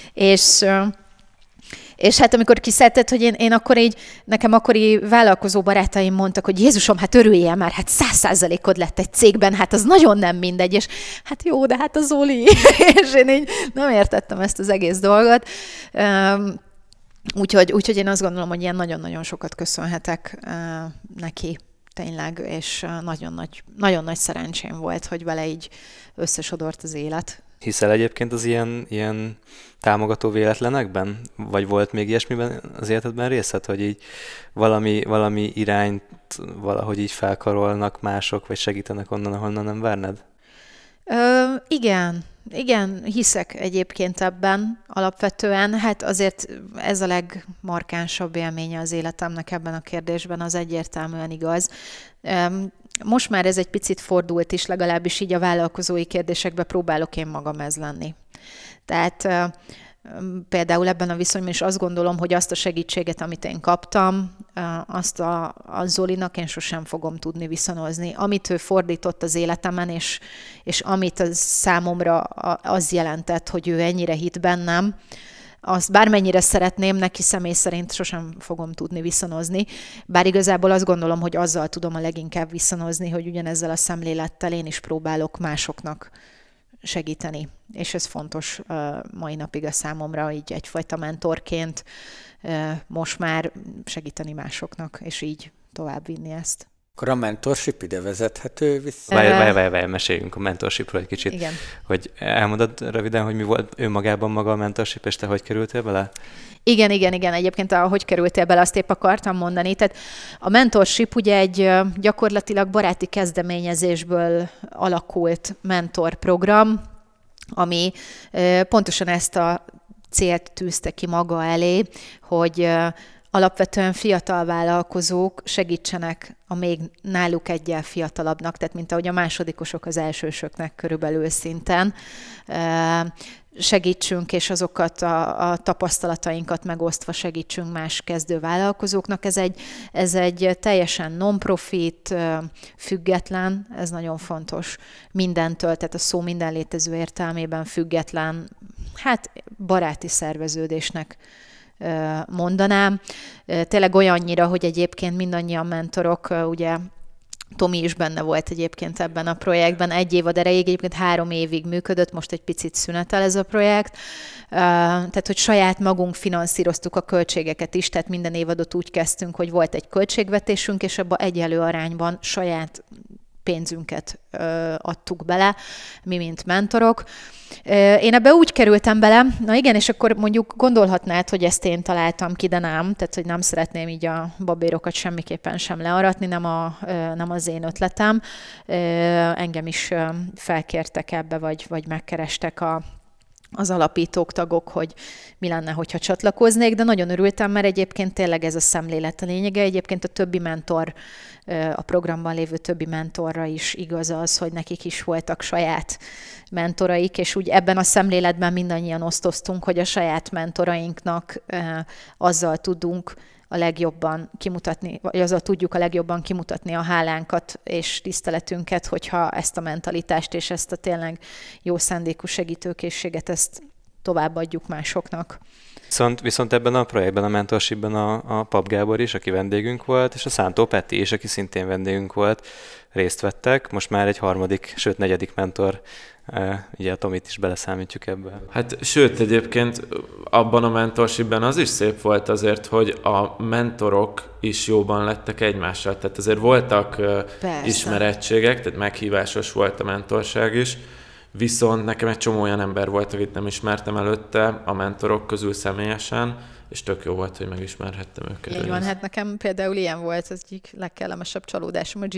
És hát amikor kiszedted, hogy én akkor így, nekem akkori vállalkozó barátaim mondtak, hogy Jézusom, hát örüljél már, hát 100%-od lett egy cégben, hát az nagyon nem mindegy, és hát jó, de hát az Zoli, és én így nem értettem ezt az egész dolgot. Úgyhogy én azt gondolom, hogy ilyen nagyon-nagyon sokat köszönhetek neki. Tényleg, és nagyon nagy szerencsém volt, hogy vele így összesodort az élet. Hiszel egyébként az ilyen támogató véletlenekben? Vagy volt még ilyesmiben az életedben részed, hogy így valami irányt valahogy így felkarolnak mások, vagy segítenek onnan, ahonnan nem várnád? Igen, hiszek egyébként ebben alapvetően. Hát azért ez a legmarkánsabb élménye az életemnek ebben a kérdésben, az egyértelműen igaz. Most már ez egy picit fordult is, legalábbis így a vállalkozói kérdésekbe próbálok én magam ez lenni. Tehát például ebben a viszonyban is azt gondolom, hogy azt a segítséget, amit én kaptam, azt a Zolinak én sosem fogom tudni viszonozni. Amit ő fordított az életemen, és amit az számomra az jelentett, hogy ő ennyire hitt bennem, azt bármennyire szeretném, neki személy szerint sosem fogom tudni viszonozni. Bár igazából azt gondolom, hogy azzal tudom a leginkább viszonozni, hogy ugyanezzel a szemlélettel én is próbálok másoknak segíteni. És ez fontos mai napig a számomra, így egyfajta mentorként most már segíteni másoknak, és így továbbvinni ezt. Akkor a mentorship ide vezethető vissza? Várj, meséljünk a mentorshipról egy kicsit. Igen. Hogy elmondod röviden, hogy mi volt önmagában maga a mentorship, és te hogy kerültél bele? Igen. Egyébként ahogy kerültél bele, azt épp akartam mondani. Tehát a mentorship ugye egy gyakorlatilag baráti kezdeményezésből alakult mentorprogram, ami pontosan ezt a célt tűzte ki maga elé, hogy alapvetően fiatal vállalkozók segítsenek a még náluk egyel fiatalabbnak, tehát mint ahogy a másodikosok az elsősöknek körülbelül szinten. Segítsünk, és azokat a tapasztalatainkat megosztva segítsünk más kezdő vállalkozóknak. Ez egy teljesen non-profit, független, ez nagyon fontos mindentől, tehát a szó minden létező értelmében független, hát baráti szerveződésnek mondanám. Tényleg olyannyira, hogy egyébként mindannyian mentorok, ugye Tomi is benne volt egyébként ebben a projektben, 1 évad erejéig, egyébként 3 évig működött, most egy picit szünetel ez a projekt. Tehát, hogy saját magunk finanszíroztuk a költségeket is, tehát minden évadot úgy kezdtünk, hogy volt egy költségvetésünk, és abban egyenlő arányban saját pénzünket adtuk bele, mi, mint mentorok. Én ebbe úgy kerültem bele, na igen, és akkor mondjuk gondolhatnád, hogy ezt én találtam ki, de nem, tehát hogy nem szeretném így a babérokat semmiképpen sem learatni, nem az én ötletem. Engem is felkértek ebbe, vagy megkerestek az alapítók, tagok, hogy mi lenne, hogyha csatlakoznék, de nagyon örültem, mert egyébként tényleg ez a szemlélet a lényege. Egyébként a többi mentor, a programban lévő többi mentorra is igaz az, hogy nekik is voltak saját mentoraik, és úgy ebben a szemléletben mindannyian osztoztunk, hogy a saját mentorainknak azzal tudunk a legjobban kimutatni, vagy azzal tudjuk a legjobban kimutatni a hálánkat és tiszteletünket, hogyha ezt a mentalitást és ezt a tényleg jó szándékú segítőkészséget, ezt továbbadjuk másoknak. Viszont ebben a projektben, a mentorshipben a Pap Gábor is, aki vendégünk volt, és a Szántó Peti is, aki szintén vendégünk volt, részt vettek. Most már egy 3., sőt 4. mentor, ugye a Tomit is beleszámítjuk ebbe. Hát sőt, egyébként abban a mentorshipben az is szép volt azért, hogy a mentorok is jóban lettek egymással. Tehát azért voltak ismerettségek, tehát meghívásos volt a mentorság is, viszont nekem egy csomó olyan ember volt, akit nem ismertem előtte a mentorok közül személyesen, és tök jó volt, hogy megismerhettem őket. Így van, hát nekem például ilyen volt, az egyik legkellemesebb csalódásom a G.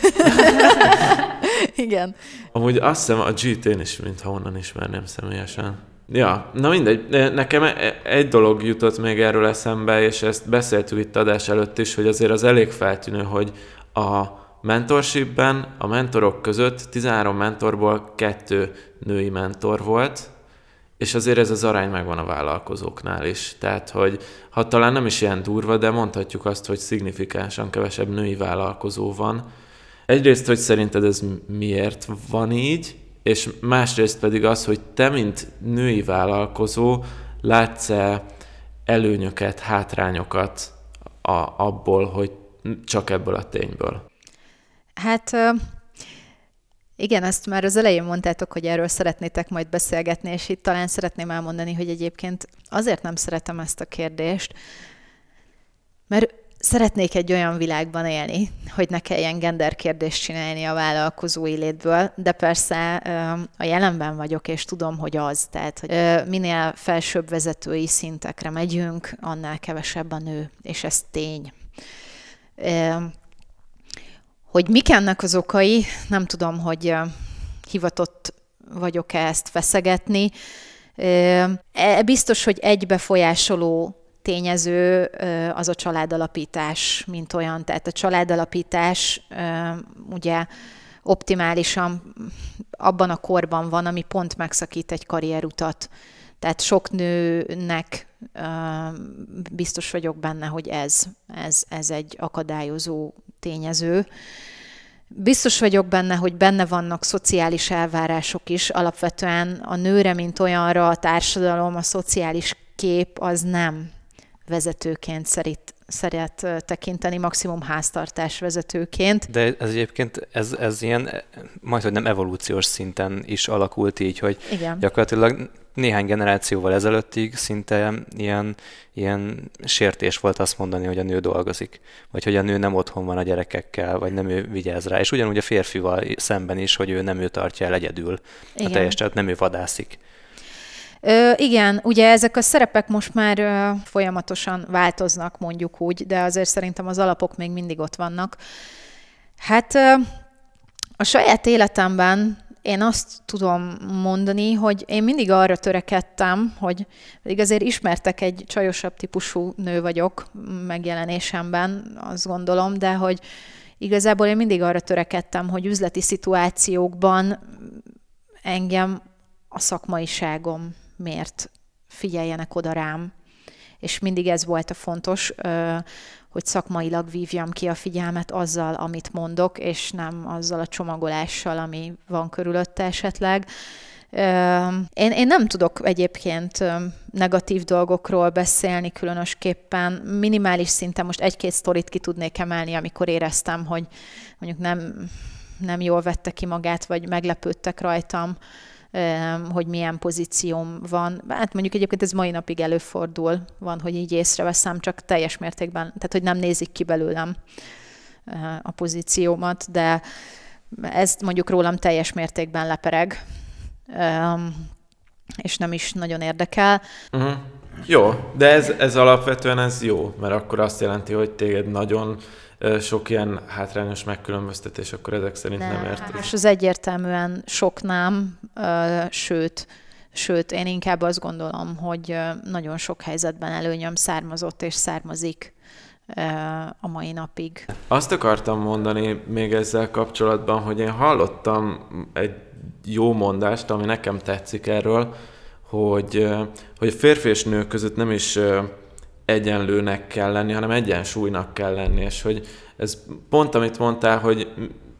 Igen. Amúgy azt hiszem a G-t én is, mintha onnan ismerném személyesen. Ja, na mindegy. Nekem egy dolog jutott még erről eszembe, és ezt beszéltük itt adás előtt is, hogy azért az elég feltűnő, hogy a mentorshipben a mentorok között 13 mentorból 2 női mentor volt, és azért ez az arány megvan a vállalkozóknál is. Tehát, hogy ha talán nem is ilyen durva, de mondhatjuk azt, hogy szignifikánsan kevesebb női vállalkozó van. Egyrészt, hogy szerinted ez miért van így, és másrészt pedig az, hogy te, mint női vállalkozó, látsz-e előnyöket, hátrányokat abból, hogy csak ebből a tényből? Hát igen, ezt már az elején mondtátok, hogy erről szeretnétek majd beszélgetni, és itt talán szeretném elmondani, hogy egyébként azért nem szeretem ezt a kérdést, mert szeretnék egy olyan világban élni, hogy ne kelljen genderkérdést csinálni a vállalkozói létből, de persze a jelenben vagyok, és tudom, hogy az. Tehát, hogy minél felsőbb vezetői szintekre megyünk, annál kevesebb a nő, és ez tény. Hogy mik ennek az okai, nem tudom, hogy hivatott vagyok-e ezt feszegetni. Biztos, hogy egy befolyásoló tényező az a családalapítás, mint olyan. Tehát a családalapítás ugye optimálisan abban a korban van, ami pont megszakít egy karrierutat. Tehát sok nőnek biztos vagyok benne, hogy ez egy akadályozó tényező. Biztos vagyok benne, hogy benne vannak szociális elvárások is. Alapvetően a nőre, mint olyanra a társadalom, a szociális kép az nem vezetőként szeret tekinteni, maximum háztartás vezetőként. De ez egyébként, ez ilyen, majdhogy nem evolúciós szinten is alakult így, hogy igen. Gyakorlatilag néhány generációval ezelőttig szinte ilyen sértés volt azt mondani, hogy a nő dolgozik, vagy hogy a nő nem otthon van a gyerekekkel, vagy nem ő vigyáz rá. És ugyanúgy a férfival szemben is, hogy ő nem ő tartja el egyedül a teljes családot, nem ő vadászik. Igen, ugye ezek a szerepek most már folyamatosan változnak, mondjuk úgy, de azért szerintem az alapok még mindig ott vannak. Hát a saját életemben én azt tudom mondani, hogy én mindig arra törekedtem, hogy pedig azért ismertek, egy csajosabb típusú nő vagyok megjelenésemben, azt gondolom, de hogy igazából én mindig arra törekedtem, hogy üzleti szituációkban engem a szakmaiságom miért figyeljenek oda rám. És mindig ez volt a fontos, hogy szakmailag vívjam ki a figyelmet azzal, amit mondok, és nem azzal a csomagolással, ami van körülötte esetleg. Én nem tudok egyébként negatív dolgokról beszélni különösképpen. Minimális szinten most egy-két sztorit ki tudnék emelni, amikor éreztem, hogy mondjuk nem jól vette ki magát, vagy meglepődtek rajtam, hogy milyen pozícióm van. Hát mondjuk egyébként ez mai napig előfordul, van, hogy így észreveszem, csak teljes mértékben, tehát hogy nem nézik ki belőlem a pozíciómat, de ez mondjuk rólam teljes mértékben lepereg, és nem is nagyon érdekel. Uh-huh. Jó, de ez alapvetően ez jó, mert akkor azt jelenti, hogy téged nagyon sok ilyen hátrányos megkülönböztetés, akkor ezek szerint nem ért. És az egyértelműen sok nem, sőt, én inkább azt gondolom, hogy nagyon sok helyzetben előnyöm származott és származik a mai napig. Azt akartam mondani még ezzel kapcsolatban, hogy én hallottam egy jó mondást, ami nekem tetszik erről, hogy a férfi és nő között nem is egyenlőnek kell lenni, hanem egyensúlynak kell lenni, és hogy ez pont amit mondtál, hogy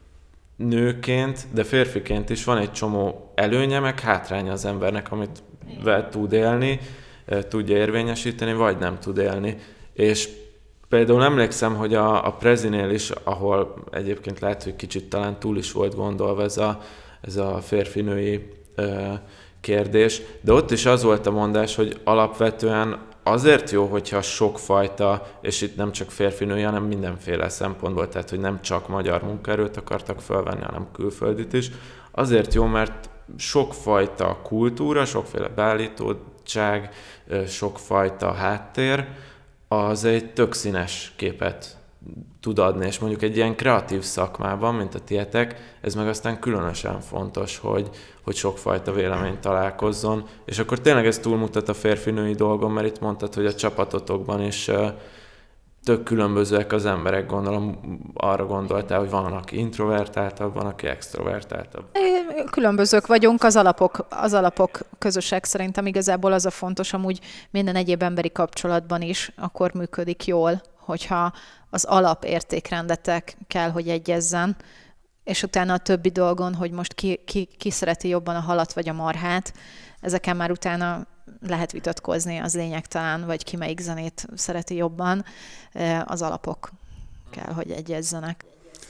nőként, de férfiként is van egy csomó előnye, meg hátránya az embernek, amit tud élni, tudja érvényesíteni, vagy nem tud élni. És például emlékszem, hogy a Prezinél is, ahol egyébként lehet, hogy kicsit talán túl is volt gondolva ez a férfi-női kérdés, de ott is az volt a mondás, hogy alapvetően azért jó, hogyha sokfajta, és itt nem csak férfi-női, hanem mindenféle szempontból, tehát hogy nem csak magyar munkaerőt akartak felvenni, hanem külföldit is. Azért jó, mert sokfajta kultúra, sokféle beállítottság, sokfajta háttér, az egy tök színes képet tud adni, és mondjuk egy ilyen kreatív szakmában, mint a tietek, ez meg aztán különösen fontos, hogy sokfajta vélemény találkozzon, és akkor tényleg ez túlmutat a férfi-női dolgon, mert itt mondtad, hogy a csapatotokban is tök különbözőek az emberek, gondolom arra gondoltál, hogy van, aki introvertáltabb, van, aki extrovertáltabb. Különbözők vagyunk, az alapok közösek, szerintem igazából az a fontos, amúgy minden egyéb emberi kapcsolatban is akkor működik jól, hogyha az alapértékrendetek kell, hogy egyezzen, és utána a többi dolgon, hogy most ki szereti jobban a halat vagy a marhát, ezeken már utána lehet vitatkozni, az lényegtelen, vagy ki melyik zenét szereti jobban, az alapok kell, hogy egyezzenek.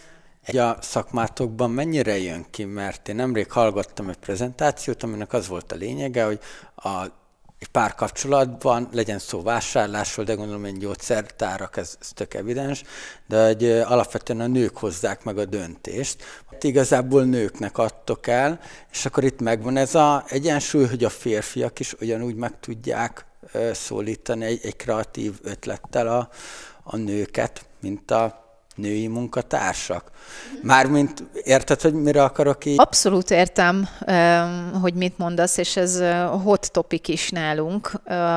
A szakmátokban mennyire jön ki, mert én nemrég hallgattam egy prezentációt, aminek az volt a lényege, hogy egy párkapcsolatban legyen szó vásárlásról, de gondolom, hogy gyógyszertárak, ez tök evidens, de hogy alapvetően a nők hozzák meg a döntést. Igazából nőknek adtok el, és akkor itt megvan ez az egyensúly, hogy a férfiak is ugyanúgy meg tudják szólítani egy kreatív ötlettel a nőket, mint a női munkatársak. Mármint érted, hogy mire akarok így? Abszolút értem, hogy mit mondasz, és ez hot topic is nálunk.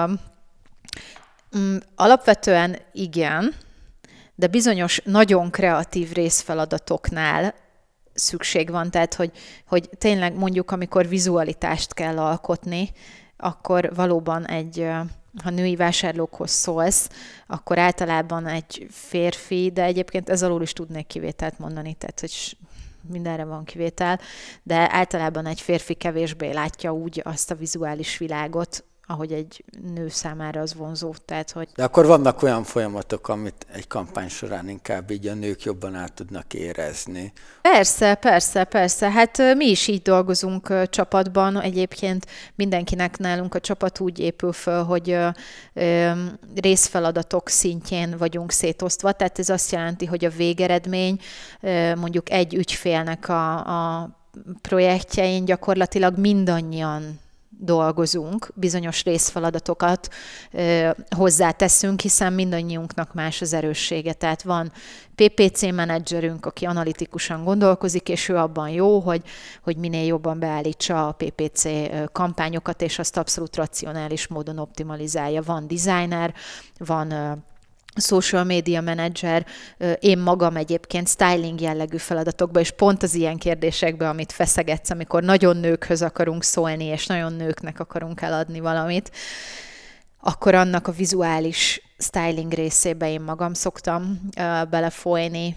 Alapvetően igen, de bizonyos nagyon kreatív részfeladatoknál szükség van, tehát hogy tényleg mondjuk, amikor vizualitást kell alkotni, akkor valóban ha női vásárlókhoz szólsz, akkor általában egy férfi, de egyébként ez alól is tudnék kivételt mondani, tehát hogy mindenre van kivétel, de általában egy férfi kevésbé látja úgy azt a vizuális világot, ahogy egy nő számára az vonzó. Tehát, hogy... De akkor vannak olyan folyamatok, amit egy kampány során inkább így a nők jobban át tudnak érezni. Persze. Hát mi is így dolgozunk csapatban. Egyébként mindenkinek nálunk a csapat úgy épül föl, hogy részfeladatok szintjén vagyunk szétosztva. Tehát ez azt jelenti, hogy a végeredmény mondjuk egy ügyfélnek a projektjein gyakorlatilag mindannyian dolgozunk, bizonyos részfeladatokat hozzáteszünk, hiszen mindannyiunknak más az erőssége. Tehát van PPC menedzserünk, aki analitikusan gondolkozik, és ő abban jó, hogy minél jobban beállítsa a PPC kampányokat, és azt abszolút racionális módon optimalizálja. Van designer, van social media manager, én magam egyébként styling jellegű feladatokban, és pont az ilyen kérdésekben, amit feszegetsz, amikor nagyon nőkhöz akarunk szólni, és nagyon nőknek akarunk eladni valamit, akkor annak a vizuális styling részébe én magam szoktam belefolyni,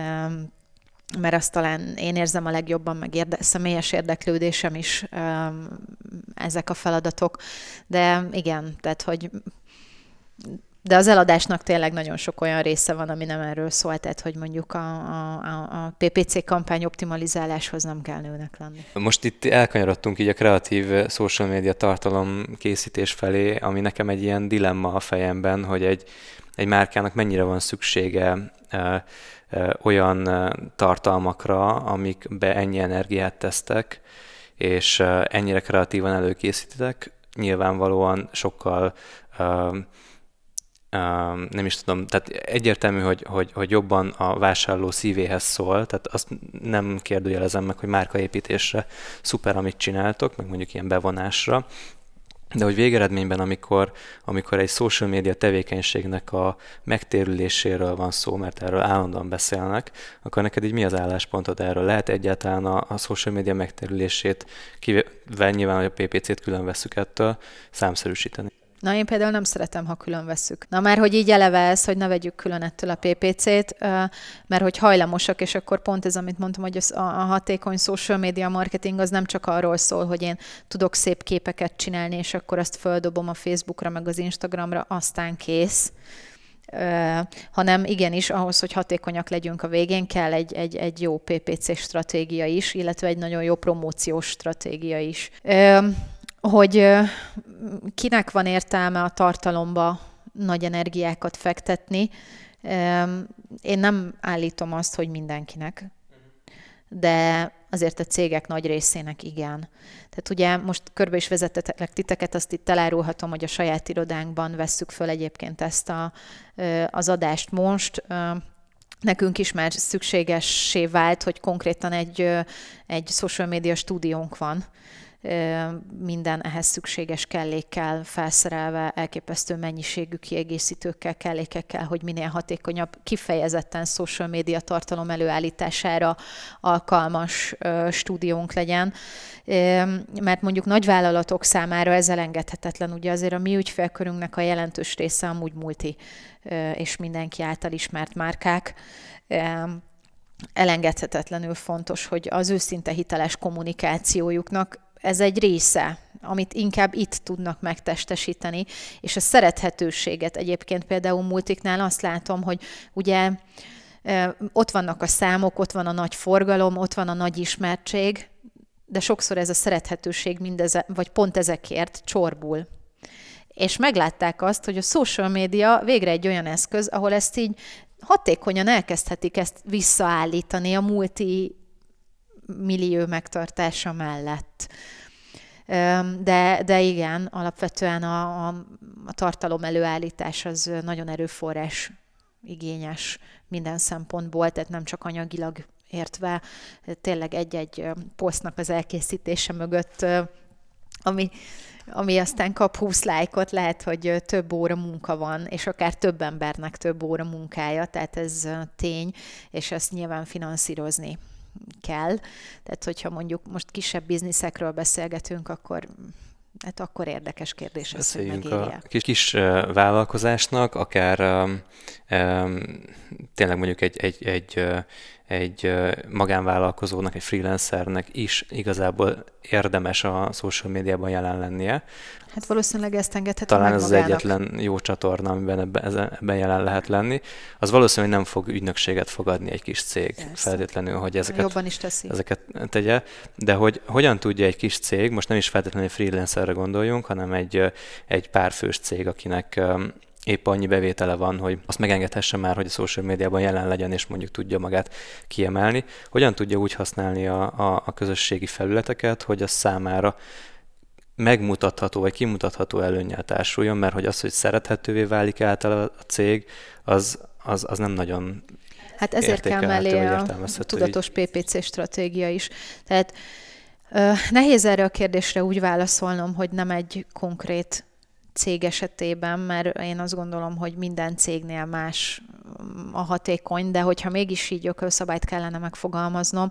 mert azt talán én érzem a legjobban, meg személyes érdeklődésem is ezek a feladatok. De igen, tehát hogy de az eladásnak tényleg nagyon sok olyan része van, ami nem erről szól, tehát hogy mondjuk a PPC kampány optimalizáláshoz nem kell nőnek lenni. Most itt elkanyarodtunk így a kreatív social media tartalom készítés felé, ami nekem egy ilyen dilemma a fejemben, hogy egy márkának mennyire van szüksége olyan tartalmakra, amikbe ennyi energiát tesztek, és ennyire kreatívan előkészítitek, nyilvánvalóan sokkal nem is tudom, tehát egyértelmű, hogy jobban a vásárló szívéhez szól, tehát azt nem kérdőjelezem meg, hogy márkaépítésre szuper, amit csináltok, meg mondjuk ilyen bevonásra, de hogy végeredményben, amikor egy social media tevékenységnek a megtérüléséről van szó, mert erről állandóan beszélnek, akkor neked így mi az álláspontod erről? Lehet egyáltalán a social media megtérülését, kivel nyilván, hogy a PPC-t külön vesszük ettől, számszerűsíteni? Na, én például nem szeretem, ha külön vesszük. Na már, hogy így eleve ez, hogy ne vegyük külön ettől a PPC-t, mert hogy hajlamosak, és akkor pont ez, amit mondtam, hogy a hatékony social media marketing az nem csak arról szól, hogy én tudok szép képeket csinálni, és akkor azt földobom a Facebookra, meg az Instagramra, aztán kész. Hanem igenis ahhoz, hogy hatékonyak legyünk a végén, kell egy jó PPC stratégia is, illetve egy nagyon jó promóciós stratégia is. Hogy kinek van értelme a tartalomba nagy energiákat fektetni. Én nem állítom azt, hogy mindenkinek, de azért a cégek nagy részének igen. Tehát ugye most körbe is vezettetek titeket, azt itt elárulhatom, hogy a saját irodánkban vesszük föl egyébként ezt az adást most. Nekünk is már szükségessé vált, hogy konkrétan egy social media stúdiónk van, minden ehhez szükséges kellékkel felszerelve, elképesztő mennyiségű kiegészítőkkel, kellékekkel, hogy minél hatékonyabb, kifejezetten social media tartalom előállítására alkalmas stúdiónk legyen. Mert mondjuk nagyvállalatok számára ez elengedhetetlen. Ugye azért a mi ügyfélkörünknek a jelentős része amúgy multi és mindenki által ismert márkák. Elengedhetetlenül fontos, hogy az őszinte hiteles kommunikációjuknak ez egy része, amit inkább itt tudnak megtestesíteni, és a szerethetőséget egyébként például multiknál azt látom, hogy ugye ott vannak a számok, ott van a nagy forgalom, ott van a nagy ismertség, de sokszor ez a szerethetőség vagy pont ezekért csorbul. És meglátták azt, hogy a social media végre egy olyan eszköz, ahol ezt így hatékonyan elkezdhetik ezt visszaállítani a multimillió megtartása mellett. De igen, alapvetően a tartalom előállítás az nagyon erőforrás igényes minden szempontból, tehát nem csak anyagilag értve, tényleg egy-egy posztnak az elkészítése mögött, ami aztán kap 20 lájkot, lehet, hogy több óra munka van, és akár több embernek több óra munkája, tehát ez tény, és ezt nyilván finanszírozni kell. Tehát, hogyha mondjuk most kisebb bizniszekről beszélgetünk, akkor Hát akkor érdekes kérdés ez, hogy Beszéljünk megéri-e. a kis vállalkozásnak, akár tényleg mondjuk egy magánvállalkozónak, egy freelancernek is igazából érdemes a social médiában jelen lennie. Hát valószínűleg ezt engedhetem Talán meg ez az magának. egyetlen jó csatorna, amiben ebben jelen lehet lenni. Az valószínűleg nem fog ügynökséget fogadni egy kis cég feltétlenül, hogy jobban is teszi. ezeket tegye. De hogy hogyan tudja egy kis cég, most nem is feltétlenül freelancerre gondoljunk, hanem egy párfős cég, akinek épp annyi bevétele van, hogy azt megengedhesse már, hogy a social médiában jelen legyen, és mondjuk tudja magát kiemelni. Hogyan tudja úgy használni a közösségi felületeket, hogy az számára megmutatható, vagy kimutatható előnnyel társuljon, mert hogy az, hogy szerethetővé válik által a cég, az nem nagyon Hát ezért kell mellé a tudatos PPC stratégia is. Tehát nehéz erre a kérdésre úgy válaszolnom, hogy nem egy konkrét cég esetében, mert én azt gondolom, hogy minden cégnél más a hatékony, de hogyha mégis így ökölszabályt kellene megfogalmaznom,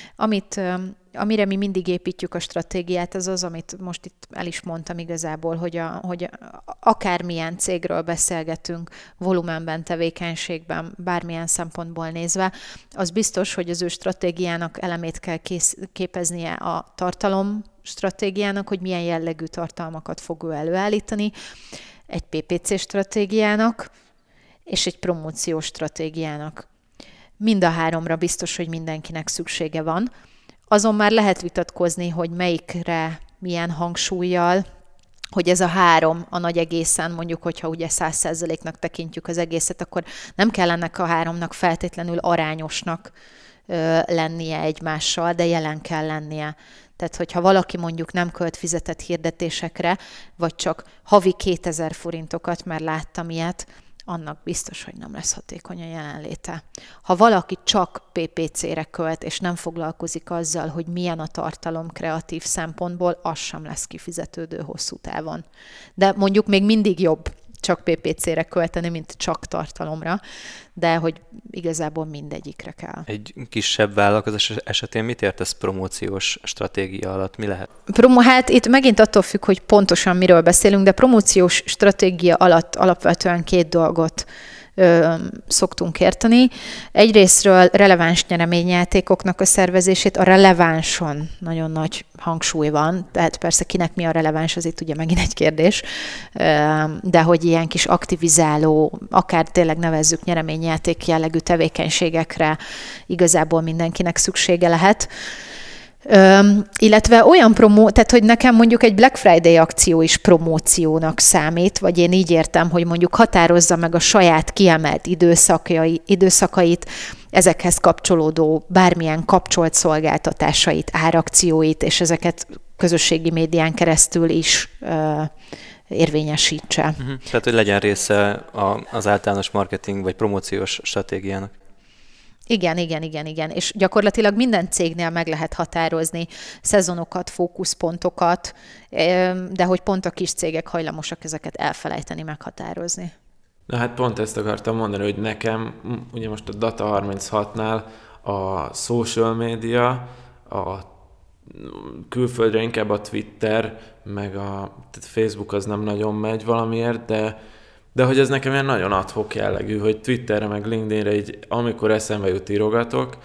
amire mi mindig építjük a stratégiát, az az, amit most itt el is mondtam igazából, hogy akármilyen cégről beszélgetünk, volumenben, tevékenységben, bármilyen szempontból nézve, az biztos, hogy az ő stratégiának elemét kell képeznie a tartalom stratégiának, hogy milyen jellegű tartalmakat fog ő előállítani, egy PPC stratégiának, és egy promóciós stratégiának. Mind a háromra biztos, hogy mindenkinek szüksége van. Azon már lehet vitatkozni, hogy melyikre milyen hangsúllyal, hogy ez a három a nagy egészen, mondjuk, hogyha ugye 100%-nak tekintjük az egészet, akkor nem kell ennek a háromnak feltétlenül arányosnak lennie egymással, de jelen kell lennie. Tehát, hogyha valaki mondjuk nem költ fizetett hirdetésekre, vagy csak havi 2000 forintokat, mert láttam ilyet, annak biztos, hogy nem lesz hatékony a jelenléte. Ha valaki csak PPC-re költ, és nem foglalkozik azzal, hogy milyen a tartalom kreatív szempontból, az sem lesz kifizetődő hosszú távon. De mondjuk még mindig jobb csak PPC-re költeni, mint csak tartalomra, de hogy igazából mindegyikre kell. Egy kisebb vállalkozás esetén mit értesz promóciós stratégia alatt? Mi lehet? Hát itt megint attól függ, hogy pontosan miről beszélünk, de promóciós stratégia alatt alapvetően két dolgot szoktunk érteni. Egyrésztről releváns nyereményjátékoknak a szervezését, a relevánson nagyon nagy hangsúly van, tehát persze kinek mi a releváns, az itt ugye megint egy kérdés, de hogy ilyen kis aktivizáló, akár tényleg nevezzük nyereményjáték jellegű tevékenységekre igazából mindenkinek szüksége lehet. Illetve olyan tehát hogy nekem mondjuk egy Black Friday akció is promóciónak számít, vagy én így értem, hogy mondjuk határozza meg a saját kiemelt időszakait, ezekhez kapcsolódó bármilyen kapcsolt szolgáltatásait, árakcióit, és ezeket közösségi médián keresztül is érvényesítse. Tehát, hogy legyen része az általános marketing vagy promóciós stratégiának. Igen. És gyakorlatilag minden cégnél meg lehet határozni szezonokat, fókuszpontokat, de hogy pont a kis cégek hajlamosak ezeket elfelejteni, meghatározni. Na hát pont ezt akartam mondani, hogy nekem, ugye most a Data36-nál a social media, a külföldre inkább a Twitter, meg tehát Facebook az nem nagyon megy valamiért, de hogy ez nekem ilyen nagyon ad-hoc jellegű, hogy Twitterre meg LinkedInre így, amikor eszembe jut, írogatok,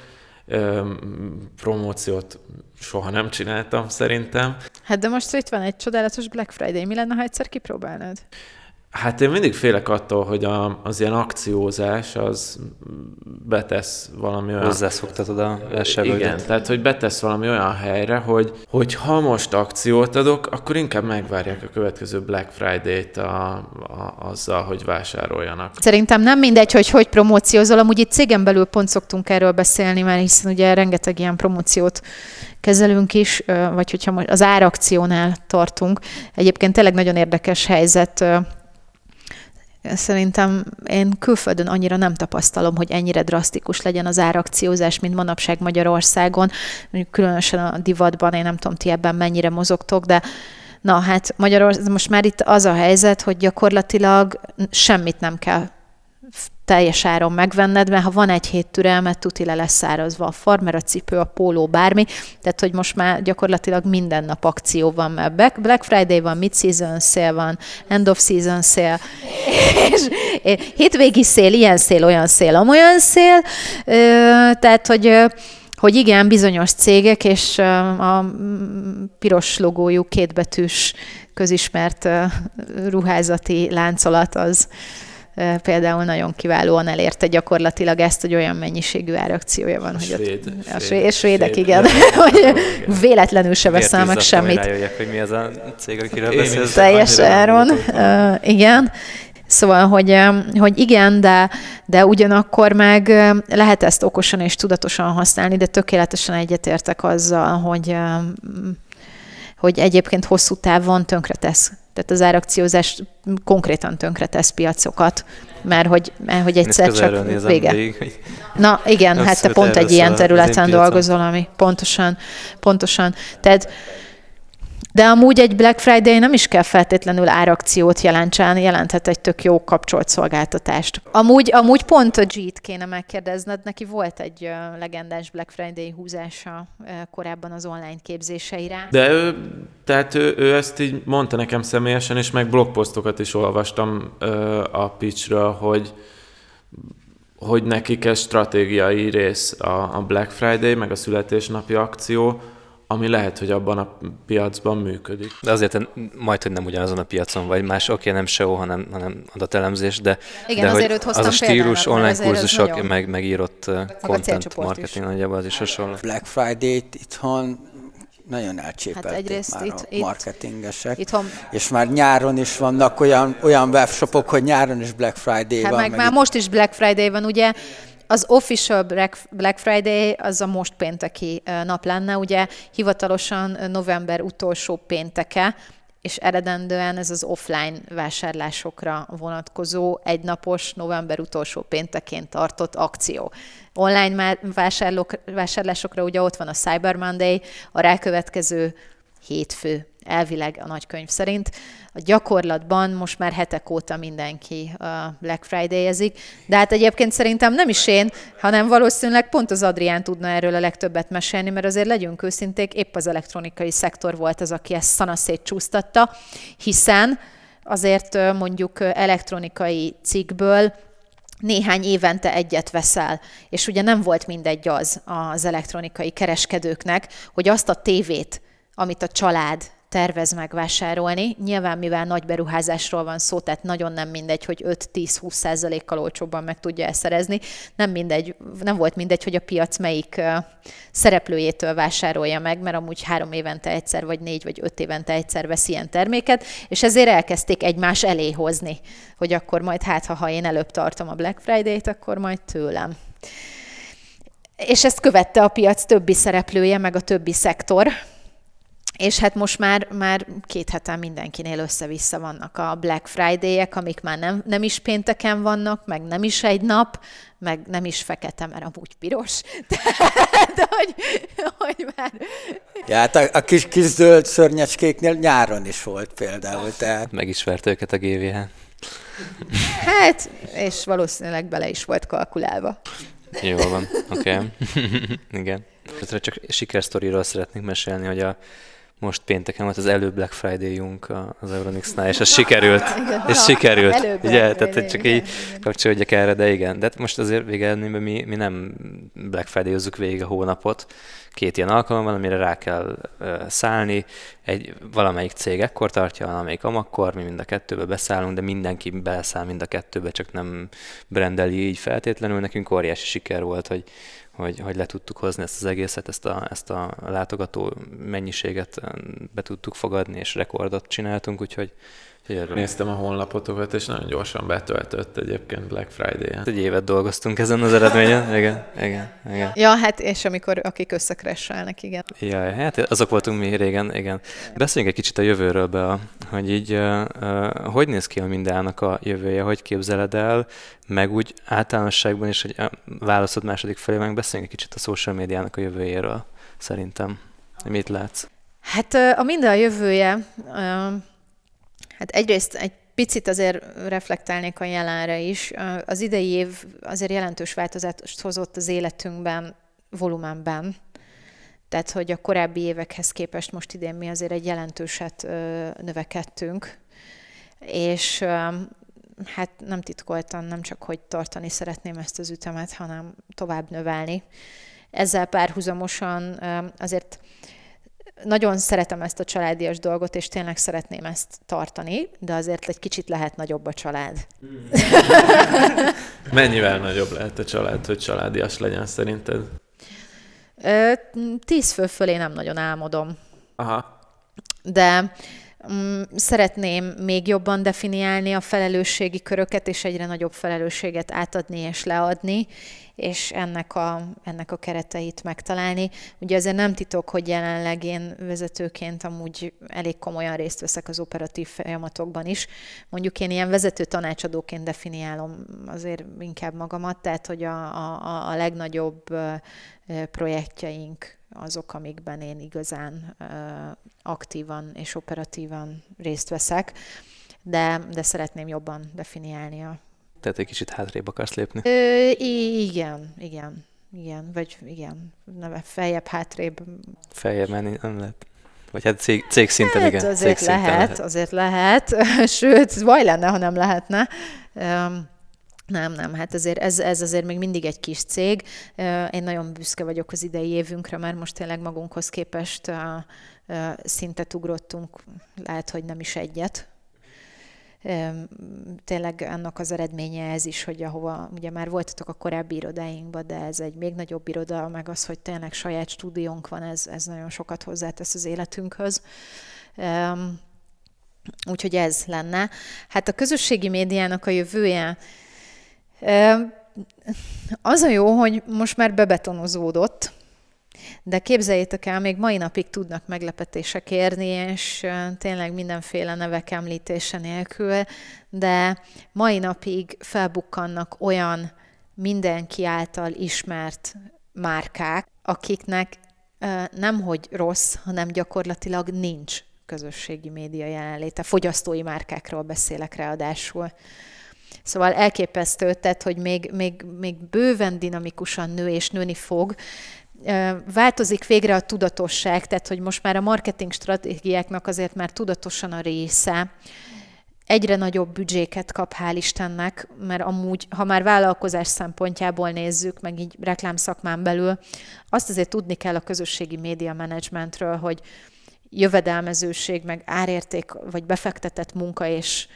promóciót soha nem csináltam szerintem. Hát de most itt van egy csodálatos Black Friday, mi lenne, ha egyszer kipróbálnád? Hát én mindig félek attól, hogy az ilyen akciózás az betesz valami olyan... Hozzászoktatod a vásárlóidat. Igen, tehát hogy betesz valami olyan helyre, hogy ha most akciót adok, akkor inkább megvárják a következő Black Friday-t azzal, hogy vásároljanak. Szerintem nem mindegy, hogy promóciózol, amúgy itt cégen belül pont szoktunk erről beszélni, mert hiszen ugye rengeteg ilyen promóciót kezelünk is, vagy hogyha az árakciónál tartunk. Egyébként tényleg nagyon érdekes helyzet. Szerintem én külföldön annyira nem tapasztalom, hogy ennyire drasztikus legyen az árakciózás, mint manapság Magyarországon. Különösen a divatban, én nem tudom, ti ebben mennyire mozogtok, de na hát most már itt az a helyzet, hogy gyakorlatilag semmit nem kell teljes áron megvenned, mert ha van egy hét türelmet, tuti le lesz szárazva a farmer, a cipő, a póló, bármi. Tehát, hogy most már gyakorlatilag minden nap akció van, mert Black Friday van, mid-season sale van, end of season sale, és hétvégi szél, ilyen szél, olyan szél, amolyan szél. Tehát, hogy igen, bizonyos cégek, és a piros logójú kétbetűs közismert ruházati láncolat az például nagyon kiválóan elérte gyakorlatilag ezt, hogy olyan mennyiségű árakciója van, hogy a svédek, igen, hogy véletlenül se veszel meg semmit. Rájöjjek, hogy mi az a cég, akiről beszélsz. Teljes áron, igen. Szóval, hogy igen, de ugyanakkor meg lehet ezt okosan és tudatosan használni, de tökéletesen egyetértek azzal, hogy egyébként hosszú távon tönkretesz. Tehát az árakciózás konkrétan tönkretesz piacokat, mert hogy egyszer csak vége. Na igen, hát te pont egy ilyen területen dolgozol, ami pontosan. Tehát de amúgy egy Black Friday nem is kell feltétlenül árakciót jelenthet egy tök jó kapcsolt szolgáltatást. Amúgy pont a G-t kéne megkérdezned, neki volt egy legendás Black Friday húzása korábban az online képzéseire. De ő ezt így mondta nekem személyesen, és meg blogposztokat is olvastam a pitchről, hogy nekik ez stratégiai rész a Black Friday, meg a születésnapi akció, ami lehet, hogy abban a piacban működik. De azért majd, hogy nem ugyanazon a piacon vagy más, nem SEO, hanem adatelemzés, de, igen, de hogy az a stílus, online kurzusok, megírott content marketing nagyjából az is hasonló. Black Friday-t itthon nagyon elcsépelték egyrészt már a marketingesek, itthon... és már nyáron is vannak olyan webshopok, hogy nyáron is Black Friday van. Meg már most is Black Friday van, ugye. Az official Black Friday az a most pénteki nap lenne, ugye hivatalosan november utolsó pénteke, és eredendően ez az offline vásárlásokra vonatkozó egynapos november utolsó péntekén tartott akció. Online vásárlásokra ugye ott van a Cyber Monday, a rákövetkező hétfő, elvileg a nagykönyv szerint. A gyakorlatban most már hetek óta mindenki Black Friday-ezik, de hát egyébként szerintem nem is én, hanem valószínűleg pont az Adrián tudna erről a legtöbbet mesélni, mert azért legyünk őszinték, épp az elektronikai szektor volt az, aki ezt szanaszét csúsztatta, hiszen azért mondjuk elektronikai cikkből néhány évente egyet veszel, és ugye nem volt mindegy az elektronikai kereskedőknek, hogy azt a tévét, amit a család tervez megvásárolni. Nyilván, mivel nagy beruházásról van szó, tehát nagyon nem mindegy, hogy 5-10-20%-kal olcsóbban meg tudja ezt szerezni. Nem volt mindegy, hogy a piac melyik szereplőjétől vásárolja meg, mert amúgy 3 évente egyszer, vagy 4 vagy 5 évente egyszer vesz ilyen terméket, és ezért elkezdték egymás elé hozni, hogy akkor majd ha én előbb tartom a Black Friday-t, akkor majd tőlem. És ezt követte a piac többi szereplője, meg a többi szektor. És hát most már 2 hete mindenkinél össze-vissza vannak a Black Friday-ek, amik már nem is pénteken vannak, meg nem is egy nap, meg nem is fekete, mert amúgy piros. De hogy már... Ja, hát a kis zöld szörnyecskéknél nyáron is volt például. Tehát... Meg is vert őket a GVH. Hát, és valószínűleg bele is volt kalkulálva. Jól van, oké. Igen. Csak sikersztoriról szeretnék mesélni, hogy most pénteken volt az előbb Black Friday-junk az Euronixnál, és ez sikerült. És sikerült. Ugye? Tehát csak így kapcsolódjak erre, de igen. De most azért végeredményben mi nem Black Friday-ozzuk végig a hónapot. 2 ilyen alkalom van, amire rá kell szállni. Valamelyik cég ekkor tartja, valamelyik amakkor, mi mind a 2-be beszállunk, de mindenki beleszáll mind a 2-be, csak nem brandeli így feltétlenül. Nekünk óriási siker volt, hogy le tudtuk hozni ezt az egészet, ezt a látogató mennyiséget be tudtuk fogadni, és rekordot csináltunk, úgyhogy néztem a honlapotokat, és nagyon gyorsan betöltött egyébként Black Friday-en. Egy évet dolgoztunk ezen az eredményen, igen. Ja, hát és akik összekresselnek, igen. Ja, hát azok voltunk mi régen, igen. Beszéljünk egy kicsit a jövőről hogy így hogy néz ki a Mindeának a jövője, hogy képzeled el, meg úgy általánosságban is, hogy válaszod második felé, meg beszéljünk egy kicsit a social médiának a jövőjéről, szerintem. Mit látsz? Hát a Mindea jövője, hát egyrészt egy picit azért reflektálnék a jelenre is. Az idei év azért jelentős változást hozott az életünkben, volumenben. Tehát, hogy a korábbi évekhez képest most idén mi azért egy jelentőset növekedtünk. És hát nem titkoltan, nem csak, hogy tartani szeretném ezt az ütemet, hanem tovább növelni. Ezzel párhuzamosan azért nagyon szeretem ezt a családias dolgot, és tényleg szeretném ezt tartani, de azért egy kicsit lehet nagyobb a család. Mennyivel nagyobb lehet a család, hogy családias legyen szerinted? 10 fő fölé nem nagyon álmodom. Aha. De szeretném még jobban definiálni a felelősségi köröket, és egyre nagyobb felelősséget átadni és leadni, és ennek a kereteit megtalálni. Ugye azért nem titok, hogy jelenleg én vezetőként amúgy elég komolyan részt veszek az operatív folyamatokban is. Mondjuk én ilyen vezető tanácsadóként definiálom azért inkább magamat, tehát hogy a legnagyobb projektjeink azok, amikben én igazán aktívan és operatívan részt veszek, de szeretném jobban definiálni Tehát egy kicsit hátrébb akarsz lépni? Igen. Vagy igen, feljebb, hátrébb. Feljebb menni nem lehet. Vagy hát cég szinten, igen. Azért lehet. Sőt, baj lenne, ha nem lehetne. Nem, hát azért ez azért még mindig egy kis cég. Én nagyon büszke vagyok az idei évünkre, mert most tényleg magunkhoz képest szintet ugrottunk, lehet, hogy nem is egyet. Tényleg annak az eredménye ez is, hogy ahova ugye már voltatok a korábbi irodáinkban, de ez egy még nagyobb iroda, meg az, hogy tényleg saját stúdiónk van, ez nagyon sokat hozzátesz az életünkhöz. Úgyhogy ez lenne. Hát a közösségi médiának a jövője az a jó, hogy most már bebetonozódott, de képzeljétek el, még mai napig tudnak meglepetések érni, és tényleg mindenféle nevek említése nélkül, de mai napig felbukkannak olyan mindenki által ismert márkák, akiknek nemhogy rossz, hanem gyakorlatilag nincs közösségi média jelenléte. Fogyasztói márkákról beszélek ráadásul. Szóval elképesztő, tehát, hogy még bőven dinamikusan nő és nőni fog. Változik végre a tudatosság, tehát, hogy most már a marketing stratégiáknak azért már tudatosan a része. Egyre nagyobb büdzséket kap, hál' Istennek, mert amúgy, ha már vállalkozás szempontjából nézzük, meg így reklámszakmán belül, azt azért tudni kell a közösségi média menedzsmentről, hogy jövedelmezőség, meg árérték, vagy befektetett munka és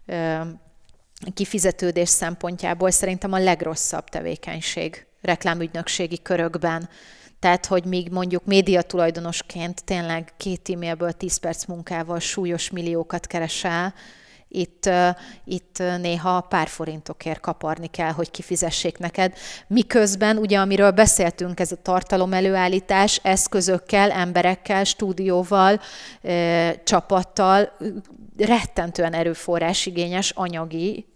kifizetődés szempontjából szerintem a legrosszabb tevékenység reklámügynökségi körökben. Tehát, hogy míg mondjuk médiatulajdonosként tényleg 2 e-mailből 10 perc munkával súlyos milliókat keresel, itt néha pár forintokért kaparni kell, hogy kifizessék neked. Miközben, ugye amiről beszéltünk, ez a tartalom előállítás, eszközökkel, emberekkel, stúdióval, csapattal, rettentően erőforrásigényes, anyagi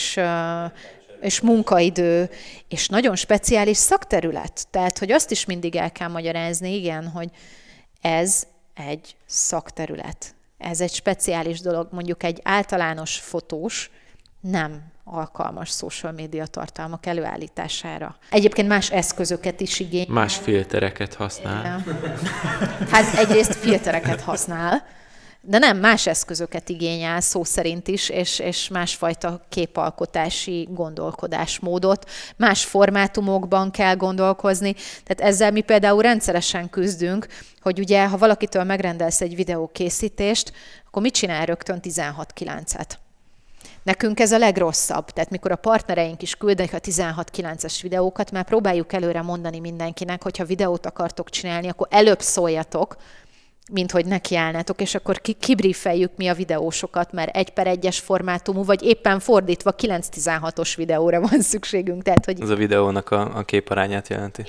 és munkaidő, és nagyon speciális szakterület. Tehát, hogy azt is mindig el kell magyarázni, igen, hogy ez egy szakterület. Ez egy speciális dolog, mondjuk egy általános fotós nem alkalmas social media tartalmak előállítására. Egyébként más eszközöket is igényel. Más filtereket használ. Hát egyrészt filtereket használ, de nem, más eszközöket igényel szó szerint is, és másfajta képalkotási gondolkodásmódot, más formátumokban kell gondolkozni. Tehát ezzel mi például rendszeresen küzdünk, hogy ugye, ha valakitől megrendelsz egy videókészítést, akkor mit csinál rögtön 16:9-et? Nekünk ez a legrosszabb. Tehát mikor a partnereink is küldenek a 16:9-es videókat, már próbáljuk előre mondani mindenkinek, hogy ha videót akartok csinálni, akkor előbb szóljatok, mint hogy nekiállnátok, és akkor kibriefeljük mi a videósokat, mert 1/1-es formátumú, vagy éppen fordítva 9:16-os videóra van szükségünk. Tehát, hogy... Ez a videónak a képarányát jelenti.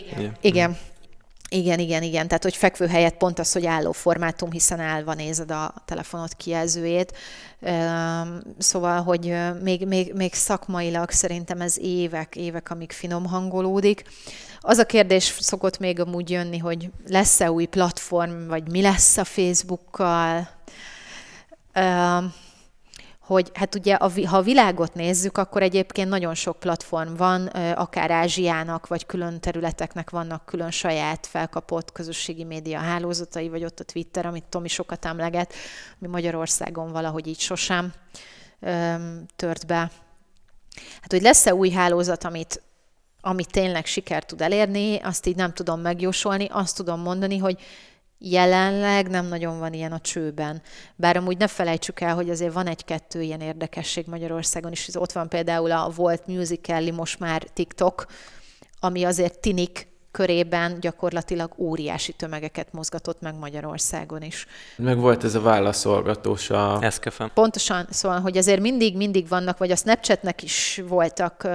Igen. Tehát, hogy fekvő helyett pont az, hogy álló formátum, hiszen állva nézed a telefonod kijelzőjét. Szóval, hogy még szakmailag szerintem ez évek, amíg finom hangolódik. Az a kérdés szokott még amúgy jönni, hogy lesz-e új platform, vagy mi lesz a Facebookkal. hogy hát ugye, ha a világot nézzük, akkor egyébként nagyon sok platform van, akár Ázsiának, vagy külön területeknek vannak külön saját felkapott közösségi média hálózatai, vagy ott a Twitter, amit Tomi sokat emleget, ami Magyarországon valahogy így sosem tört be. Hát, hogy lesz-e új hálózat, amit tényleg sikert tud elérni, azt így nem tudom megjósolni, azt tudom mondani, hogy jelenleg nem nagyon van ilyen a csőben. Bár amúgy ne felejtsük el, hogy azért van egy-kettő ilyen érdekesség Magyarországon is. Ott van például a Volt Musical.ly, most már TikTok, ami azért tinik körében gyakorlatilag óriási tömegeket mozgatott meg Magyarországon is. Meg volt ez a válaszolgatós a... Eszkefem. Pontosan, szóval, hogy azért mindig vannak, vagy a Snapchatnek is voltak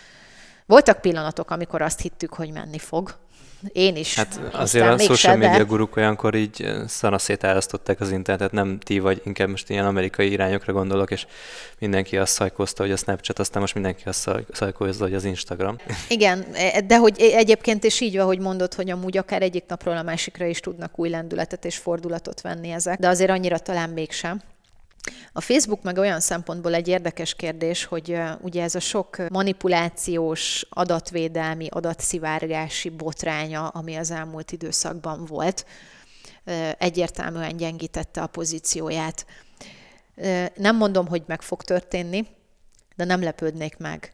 pillanatok, amikor azt hittük, hogy menni fog. Én is. Hát azért a social media guruk olyankor így szanaszét elhasztották az internetet, nem ti vagy, inkább most ilyen amerikai irányokra gondolok, és mindenki azt szajkózta, hogy a Snapchat, aztán most mindenki azt szajkózza, hogy az Instagram. Igen, de hogy egyébként is így van, hogy mondod, hogy amúgy akár egyik napról a másikra is tudnak új lendületet és fordulatot venni ezek, de azért annyira talán mégsem. A Facebook meg olyan szempontból egy érdekes kérdés, hogy ugye ez a sok manipulációs, adatvédelmi, adatszivárgási botránya, ami az elmúlt időszakban volt, egyértelműen gyengítette a pozícióját. Nem mondom, hogy meg fog történni, de nem lepődnék meg,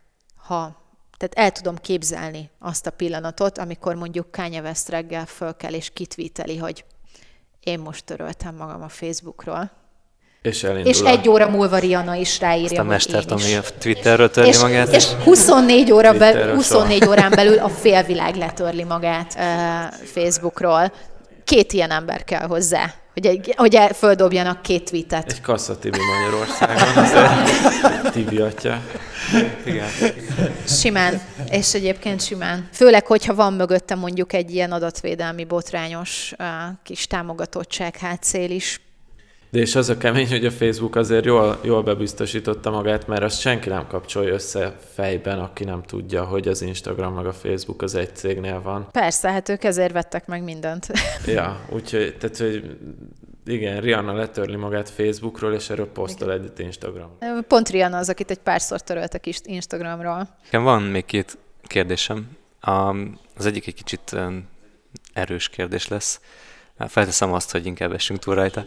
tehát el tudom képzelni azt a pillanatot, amikor mondjuk Kanye West reggel fölkel és kitweeteli, hogy én most töröltem magam a Facebookról. És egy óra múlva Rihanna is ráírja, hogy én is. Ami a Twitterről törli magát. És 24 órán belül a félvilág letörli magát Facebookról. 2 ilyen ember kell hozzá, hogy földobjanak 2 tweetet. Egy Kassa Tibi Magyarországon, azért Tibi atya. Igen. Simán, és egyébként simán. Főleg, hogyha van mögötte mondjuk egy ilyen adatvédelmi botrányos kis támogatottság hátszél is. De és az a kemény, hogy a Facebook azért jól bebiztosította magát, mert azt senki nem kapcsolja össze fejben, aki nem tudja, hogy az Instagram meg a Facebook az egy cégnél van. Persze, hát ők ezért vettek meg mindent. Ja, úgyhogy, tehát, hogy igen, Rihanna letörli magát Facebookról, és erről posztol egyet Instagramról. Pont Rihanna az, akit egy párszor töröltek is Instagramról. Van még 2 kérdésem. Az egyik egy kicsit erős kérdés lesz. Felteszem azt, hogy inkább essünk túl rajta.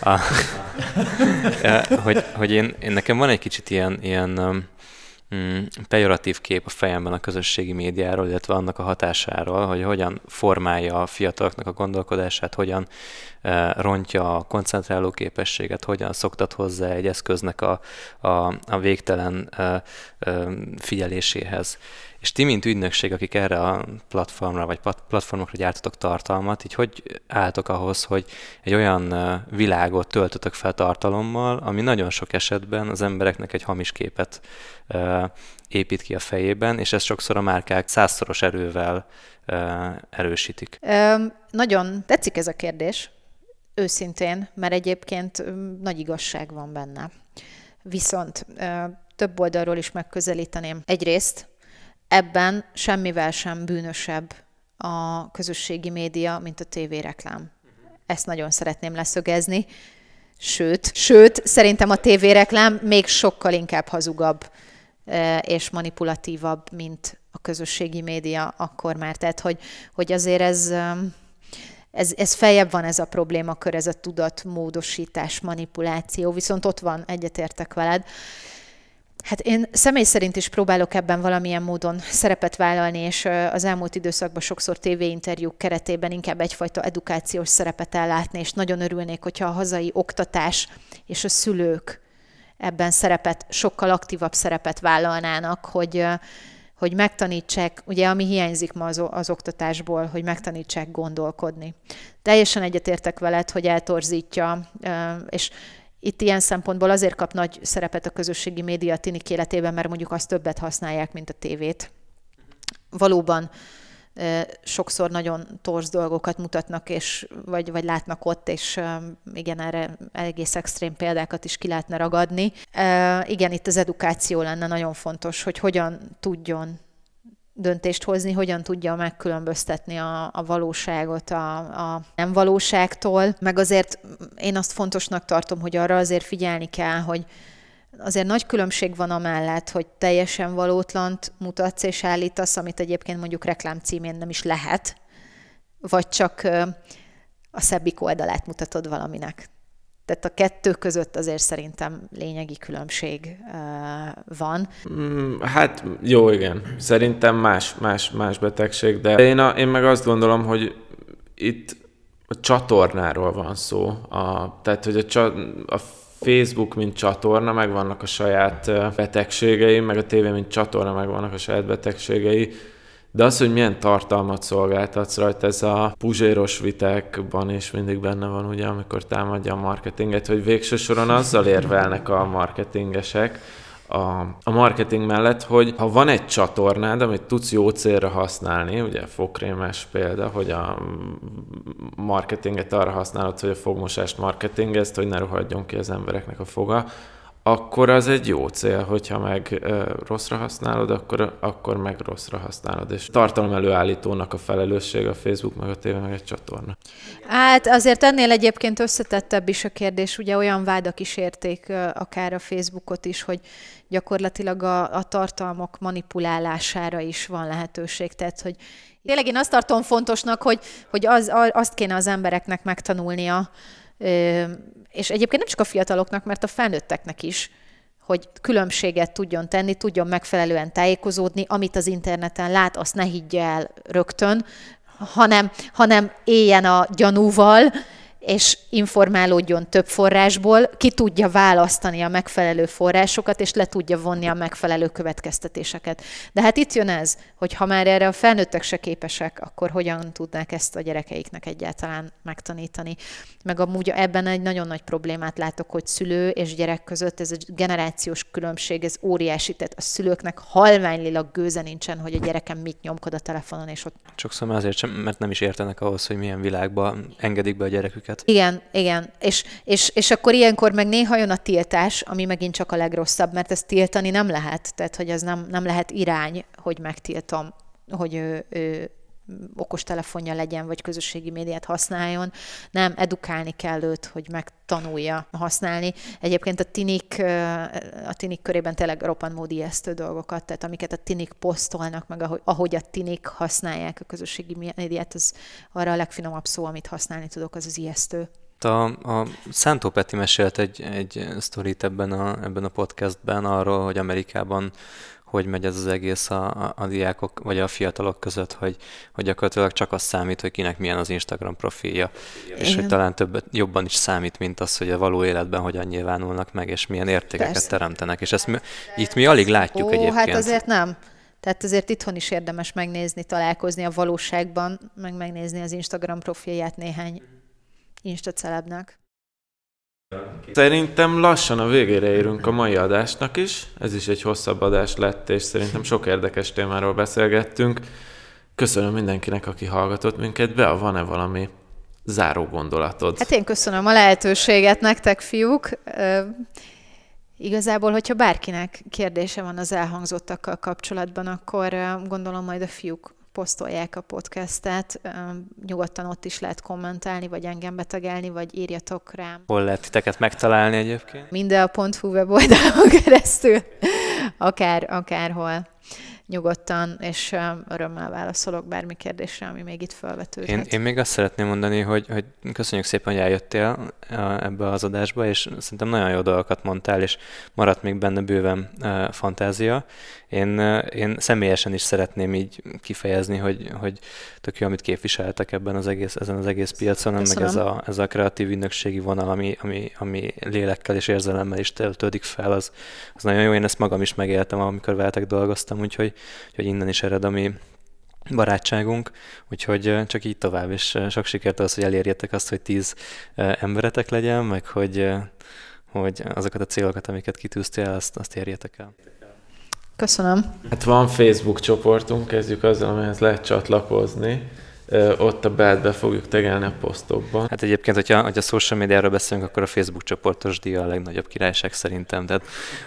Hogy én nekem van egy kicsit ilyen pejoratív kép a fejemben a közösségi médiáról, illetve annak a hatásáról, hogy hogyan formálja a fiataloknak a gondolkodását, hogyan rontja a koncentráló képességet, hogyan szoktat hozzá egy eszköznek a végtelen figyeléséhez. És ti, mint ügynökség, akik erre a platformra vagy platformokra gyártotok tartalmat, így hogy álltok ahhoz, hogy egy olyan világot töltötök fel tartalommal, ami nagyon sok esetben az embereknek egy hamis képet épít ki a fejében, és ezt sokszor a márkák 100-szoros erővel erősítik. Nagyon tetszik ez a kérdés, őszintén, mert egyébként nagy igazság van benne. Viszont több oldalról is megközelíteném. Egyrészt ebben semmivel sem bűnösebb a közösségi média, mint a tévéreklám. Ezt nagyon szeretném leszögezni. Sőt, szerintem a tévéreklám még sokkal inkább hazugabb és manipulatívabb, mint a közösségi média akkor már. Tehát, hogy azért ez feljebb van ez a problémakör, ez a tudatmódosítás, manipuláció, viszont ott van, egyetértek veled. Hát én személy szerint is próbálok ebben valamilyen módon szerepet vállalni, és az elmúlt időszakban sokszor tévéinterjúk keretében inkább egyfajta edukációs szerepet ellátni, és nagyon örülnék, hogyha a hazai oktatás és a szülők ebben sokkal aktívabb szerepet vállalnának, hogy megtanítsák, ugye ami hiányzik ma az oktatásból, hogy megtanítsák gondolkodni. Teljesen egyetértek veled, hogy eltorzítja, és itt ilyen szempontból azért kap nagy szerepet a közösségi média a tinik életében, mert mondjuk azt többet használják, mint a tévét. Valóban sokszor nagyon torz dolgokat mutatnak, vagy látnak ott, és igen, erre egész extrém példákat is ki lehetne ragadni. Igen, itt az edukáció lenne nagyon fontos, hogy hogyan tudjon döntést hozni, hogyan tudja megkülönböztetni a valóságot a nem valóságtól. Meg azért én azt fontosnak tartom, hogy arra azért figyelni kell, hogy azért nagy különbség van amellett, hogy teljesen valótlant mutatsz és állítasz, amit egyébként mondjuk reklám címén nem is lehet, vagy csak a szebbik oldalát mutatod valaminek. Tehát a kettő között azért szerintem lényegi különbség van. Hát jó, igen. Szerintem más betegség, de én meg azt gondolom, hogy itt a csatornáról van szó. Tehát, hogy a Facebook, mint csatorna, meg vannak a saját betegségei, meg a tévé, mint csatorna, meg vannak a saját betegségei. De az, hogy milyen tartalmat szolgáltatsz rajta, ez a puzséros vitákban is mindig benne van, ugye, amikor támadja a marketinget, hogy végső soron azzal érvelnek a marketingesek a marketing mellett, hogy ha van egy csatornád, amit tudsz jó célra használni, ugye fogkrémes példa, hogy a marketinget arra használod, hogy a fogmosást marketingezd, hogy ne rohadjon ki az embereknek a foga, akkor az egy jó cél, hogyha meg rosszra használod, akkor meg rosszra használod. És tartalom előállítónak a felelősség a Facebook, meg a tévé, meg egy csatorna. Hát azért ennél egyébként összetettebb is a kérdés, ugye olyan vádak is érték akár a Facebookot is, hogy gyakorlatilag a tartalmak manipulálására is van lehetőség. Tehát, hogy tényleg én azt tartom fontosnak, hogy azt kéne az embereknek megtanulnia, és egyébként nem csak a fiataloknak, mert a felnőtteknek is, hogy különbséget tudjon tenni, tudjon megfelelően tájékozódni, amit az interneten lát, azt ne higgye el rögtön, hanem éljen a gyanúval, és informálódjon több forrásból, ki tudja választani a megfelelő forrásokat, és le tudja vonni a megfelelő következtetéseket. De hát itt jön ez, hogy ha már erre a felnőttek se képesek, akkor hogyan tudnák ezt a gyerekeiknek egyáltalán megtanítani. Meg amúgy ebben egy nagyon nagy problémát látok, hogy szülő és gyerek között ez a generációs különbség, ez óriási, tehát a szülőknek halványlilag gőze nincsen, hogy a gyerekem mit nyomkod a telefonon, és ott... Sokszor már azért sem, mert nem is értenek ahhoz, hogy milyen világba engedik be a gyereküket. Igen. És akkor ilyenkor meg néha jön a tiltás, ami megint csak a legrosszabb, mert ezt tiltani nem lehet, tehát hogy ez nem lehet irány, hogy megtiltom, hogy ő okostelefonja legyen, vagy közösségi médiát használjon. Nem, edukálni kell őt, hogy megtanulja használni. Egyébként a tinik körében tényleg roppant mód ijesztő dolgokat, tehát amiket a tinik posztolnak, meg ahogy a tinik használják a közösségi médiát, az arra a legfinomabb szó, amit használni tudok, az ijesztő. A Szántó Peti mesélt egy sztorit ebben a podcastben arról, hogy Amerikában hogy megy ez az egész a diákok vagy a fiatalok között, hogy gyakorlatilag csak az számít, hogy kinek milyen az Instagram profilja. Igen. És hogy talán jobban is számít, mint az, hogy a való életben hogyan nyilvánulnak meg, és milyen értékeket teremtenek. És ezt itt mi alig látjuk egyébként. Hát azért nem. Tehát azért itthon is érdemes megnézni, találkozni a valóságban, meg megnézni az Instagram profilját néhány instacelebnek. Szerintem lassan a végére érünk a mai adásnak is. Ez is egy hosszabb adás lett, és szerintem sok érdekes témáról beszélgettünk. Köszönöm mindenkinek, aki hallgatott minket. Bea, van-e valami záró gondolatod? Hát én köszönöm a lehetőséget nektek, fiúk. Igazából, hogyha bárkinek kérdése van az elhangzottakkal kapcsolatban, akkor gondolom majd a fiúk posztolják a podcastet, nyugodtan ott is lehet kommentálni, vagy engem betegelni, vagy írjatok rám. Hol lehet titeket megtalálni egyébként? Mindea.hu weboldalon keresztül, akárhol. Nyugodtan, és örömmel válaszolok bármi kérdésre, ami még itt felvetődhet. Én még azt szeretném mondani, hogy köszönjük szépen, hogy eljöttél ebbe az adásba, és szerintem nagyon jó dolgokat mondtál, és maradt még benne bőven fantázia. Én személyesen is szeretném így kifejezni, hogy tök jó, amit képviseltek ezen az egész piacon, meg ez a kreatív ügynökségi vonal, ami lélekkel és érzelemmel is töltődik fel, az nagyon jó. Én ezt magam is megéltem, amikor veletek dolgoztam, úgyhogy innen is ered a mi barátságunk, úgyhogy csak így tovább, és sok sikert az, hogy elérjetek azt, hogy 10 emberetek legyen, meg hogy azokat a célokat, amiket kitűztél, azt érjetek el. Köszönöm. Hát van Facebook csoportunk, kezdjük azzal, amihez lehet csatlakozni. ott a be fogjuk tegelni a posztokban. Hát egyébként, hogyha social médiáról beszélünk, akkor a Facebook csoportos díja a legnagyobb királyság szerintem. Tehát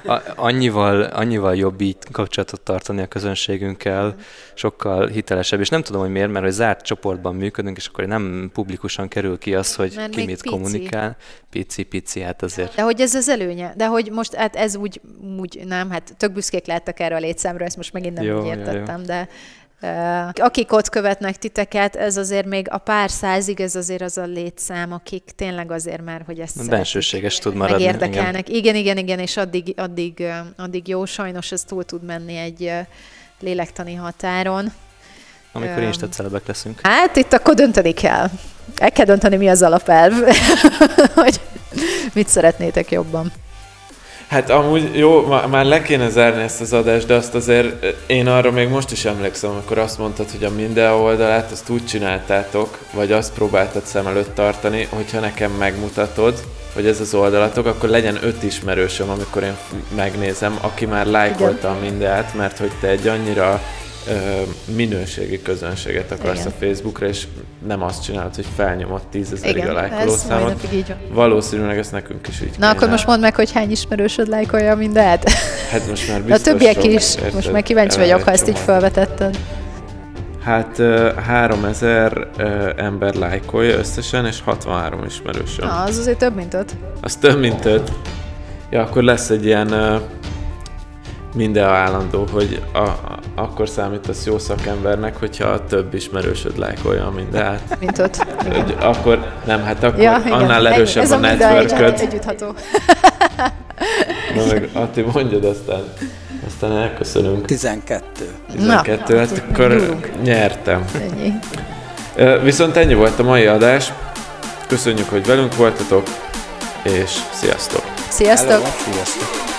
annyival jobb így kapcsolatot tartani a közönségünkkel, sokkal hitelesebb. És nem tudom, hogy miért, mert hogy zárt csoportban működünk, és akkor nem publikusan kerül ki az, hogy mert ki mit kommunikál. Pici, hát azért. De hogy ez az előnye? De hogy most hát ez úgy nem, hát tök büszkék lehettek erre a létszámra, ezt most megint nem úgy értettem, de akik ott követnek titeket, ez azért még a pár százig, ez azért az a létszám, akik tényleg azért már, hogy ezt bensőséges tud maradni. Megérdekelnek. Igen, és addig jó, sajnos ez túl tud menni egy lélektani határon. Amikor instacelebek leszünk. Hát itt akkor dönteni kell. El kell dönteni, mi az alapelv, hogy mit szeretnétek jobban. Hát amúgy jó, már le kéne zárni ezt az adást, de azt azért én arra még most is emlékszem, amikor azt mondtad, hogy a minden oldalát azt úgy csináltátok, vagy azt próbáltad szem előtt tartani, hogyha nekem megmutatod, hogy ez az oldalatok, akkor legyen 5 ismerősöm, amikor én megnézem, aki már lájkolta a mindent, mert hogy te egy annyira minőségi közönséget akarsz a Facebookra, és nem azt csinálod, hogy felnyomod 10 000-ig a lájkolószámot. Valószínűleg ezt nekünk is így Na akkor most mondd meg, hogy hány ismerősöd lájkolja mindent. Hát most már biztos. A többiek is. Érted? Most már kíváncsi vagyok, ha ezt így felvetetted. Hát 3000 ember lájkolja összesen, és 63 ismerősöm. Na, az azért több, mint 5. Az több, mint 5. Ja, akkor lesz egy ilyen minden állandó, hogy akkor számítasz jó szakembernek, hogyha a több ismerősöd lájkolja mindent. Mint 5. Akkor nem, hát akkor annál erősebb a networköd. Együttható. Na meg Atti, mondjad, aztán elköszönünk. 12. Hát akkor nyertem. Ennyi. Viszont ennyi volt a mai adás. Köszönjük, hogy velünk voltatok, és sziasztok! Sziasztok! Sziasztok!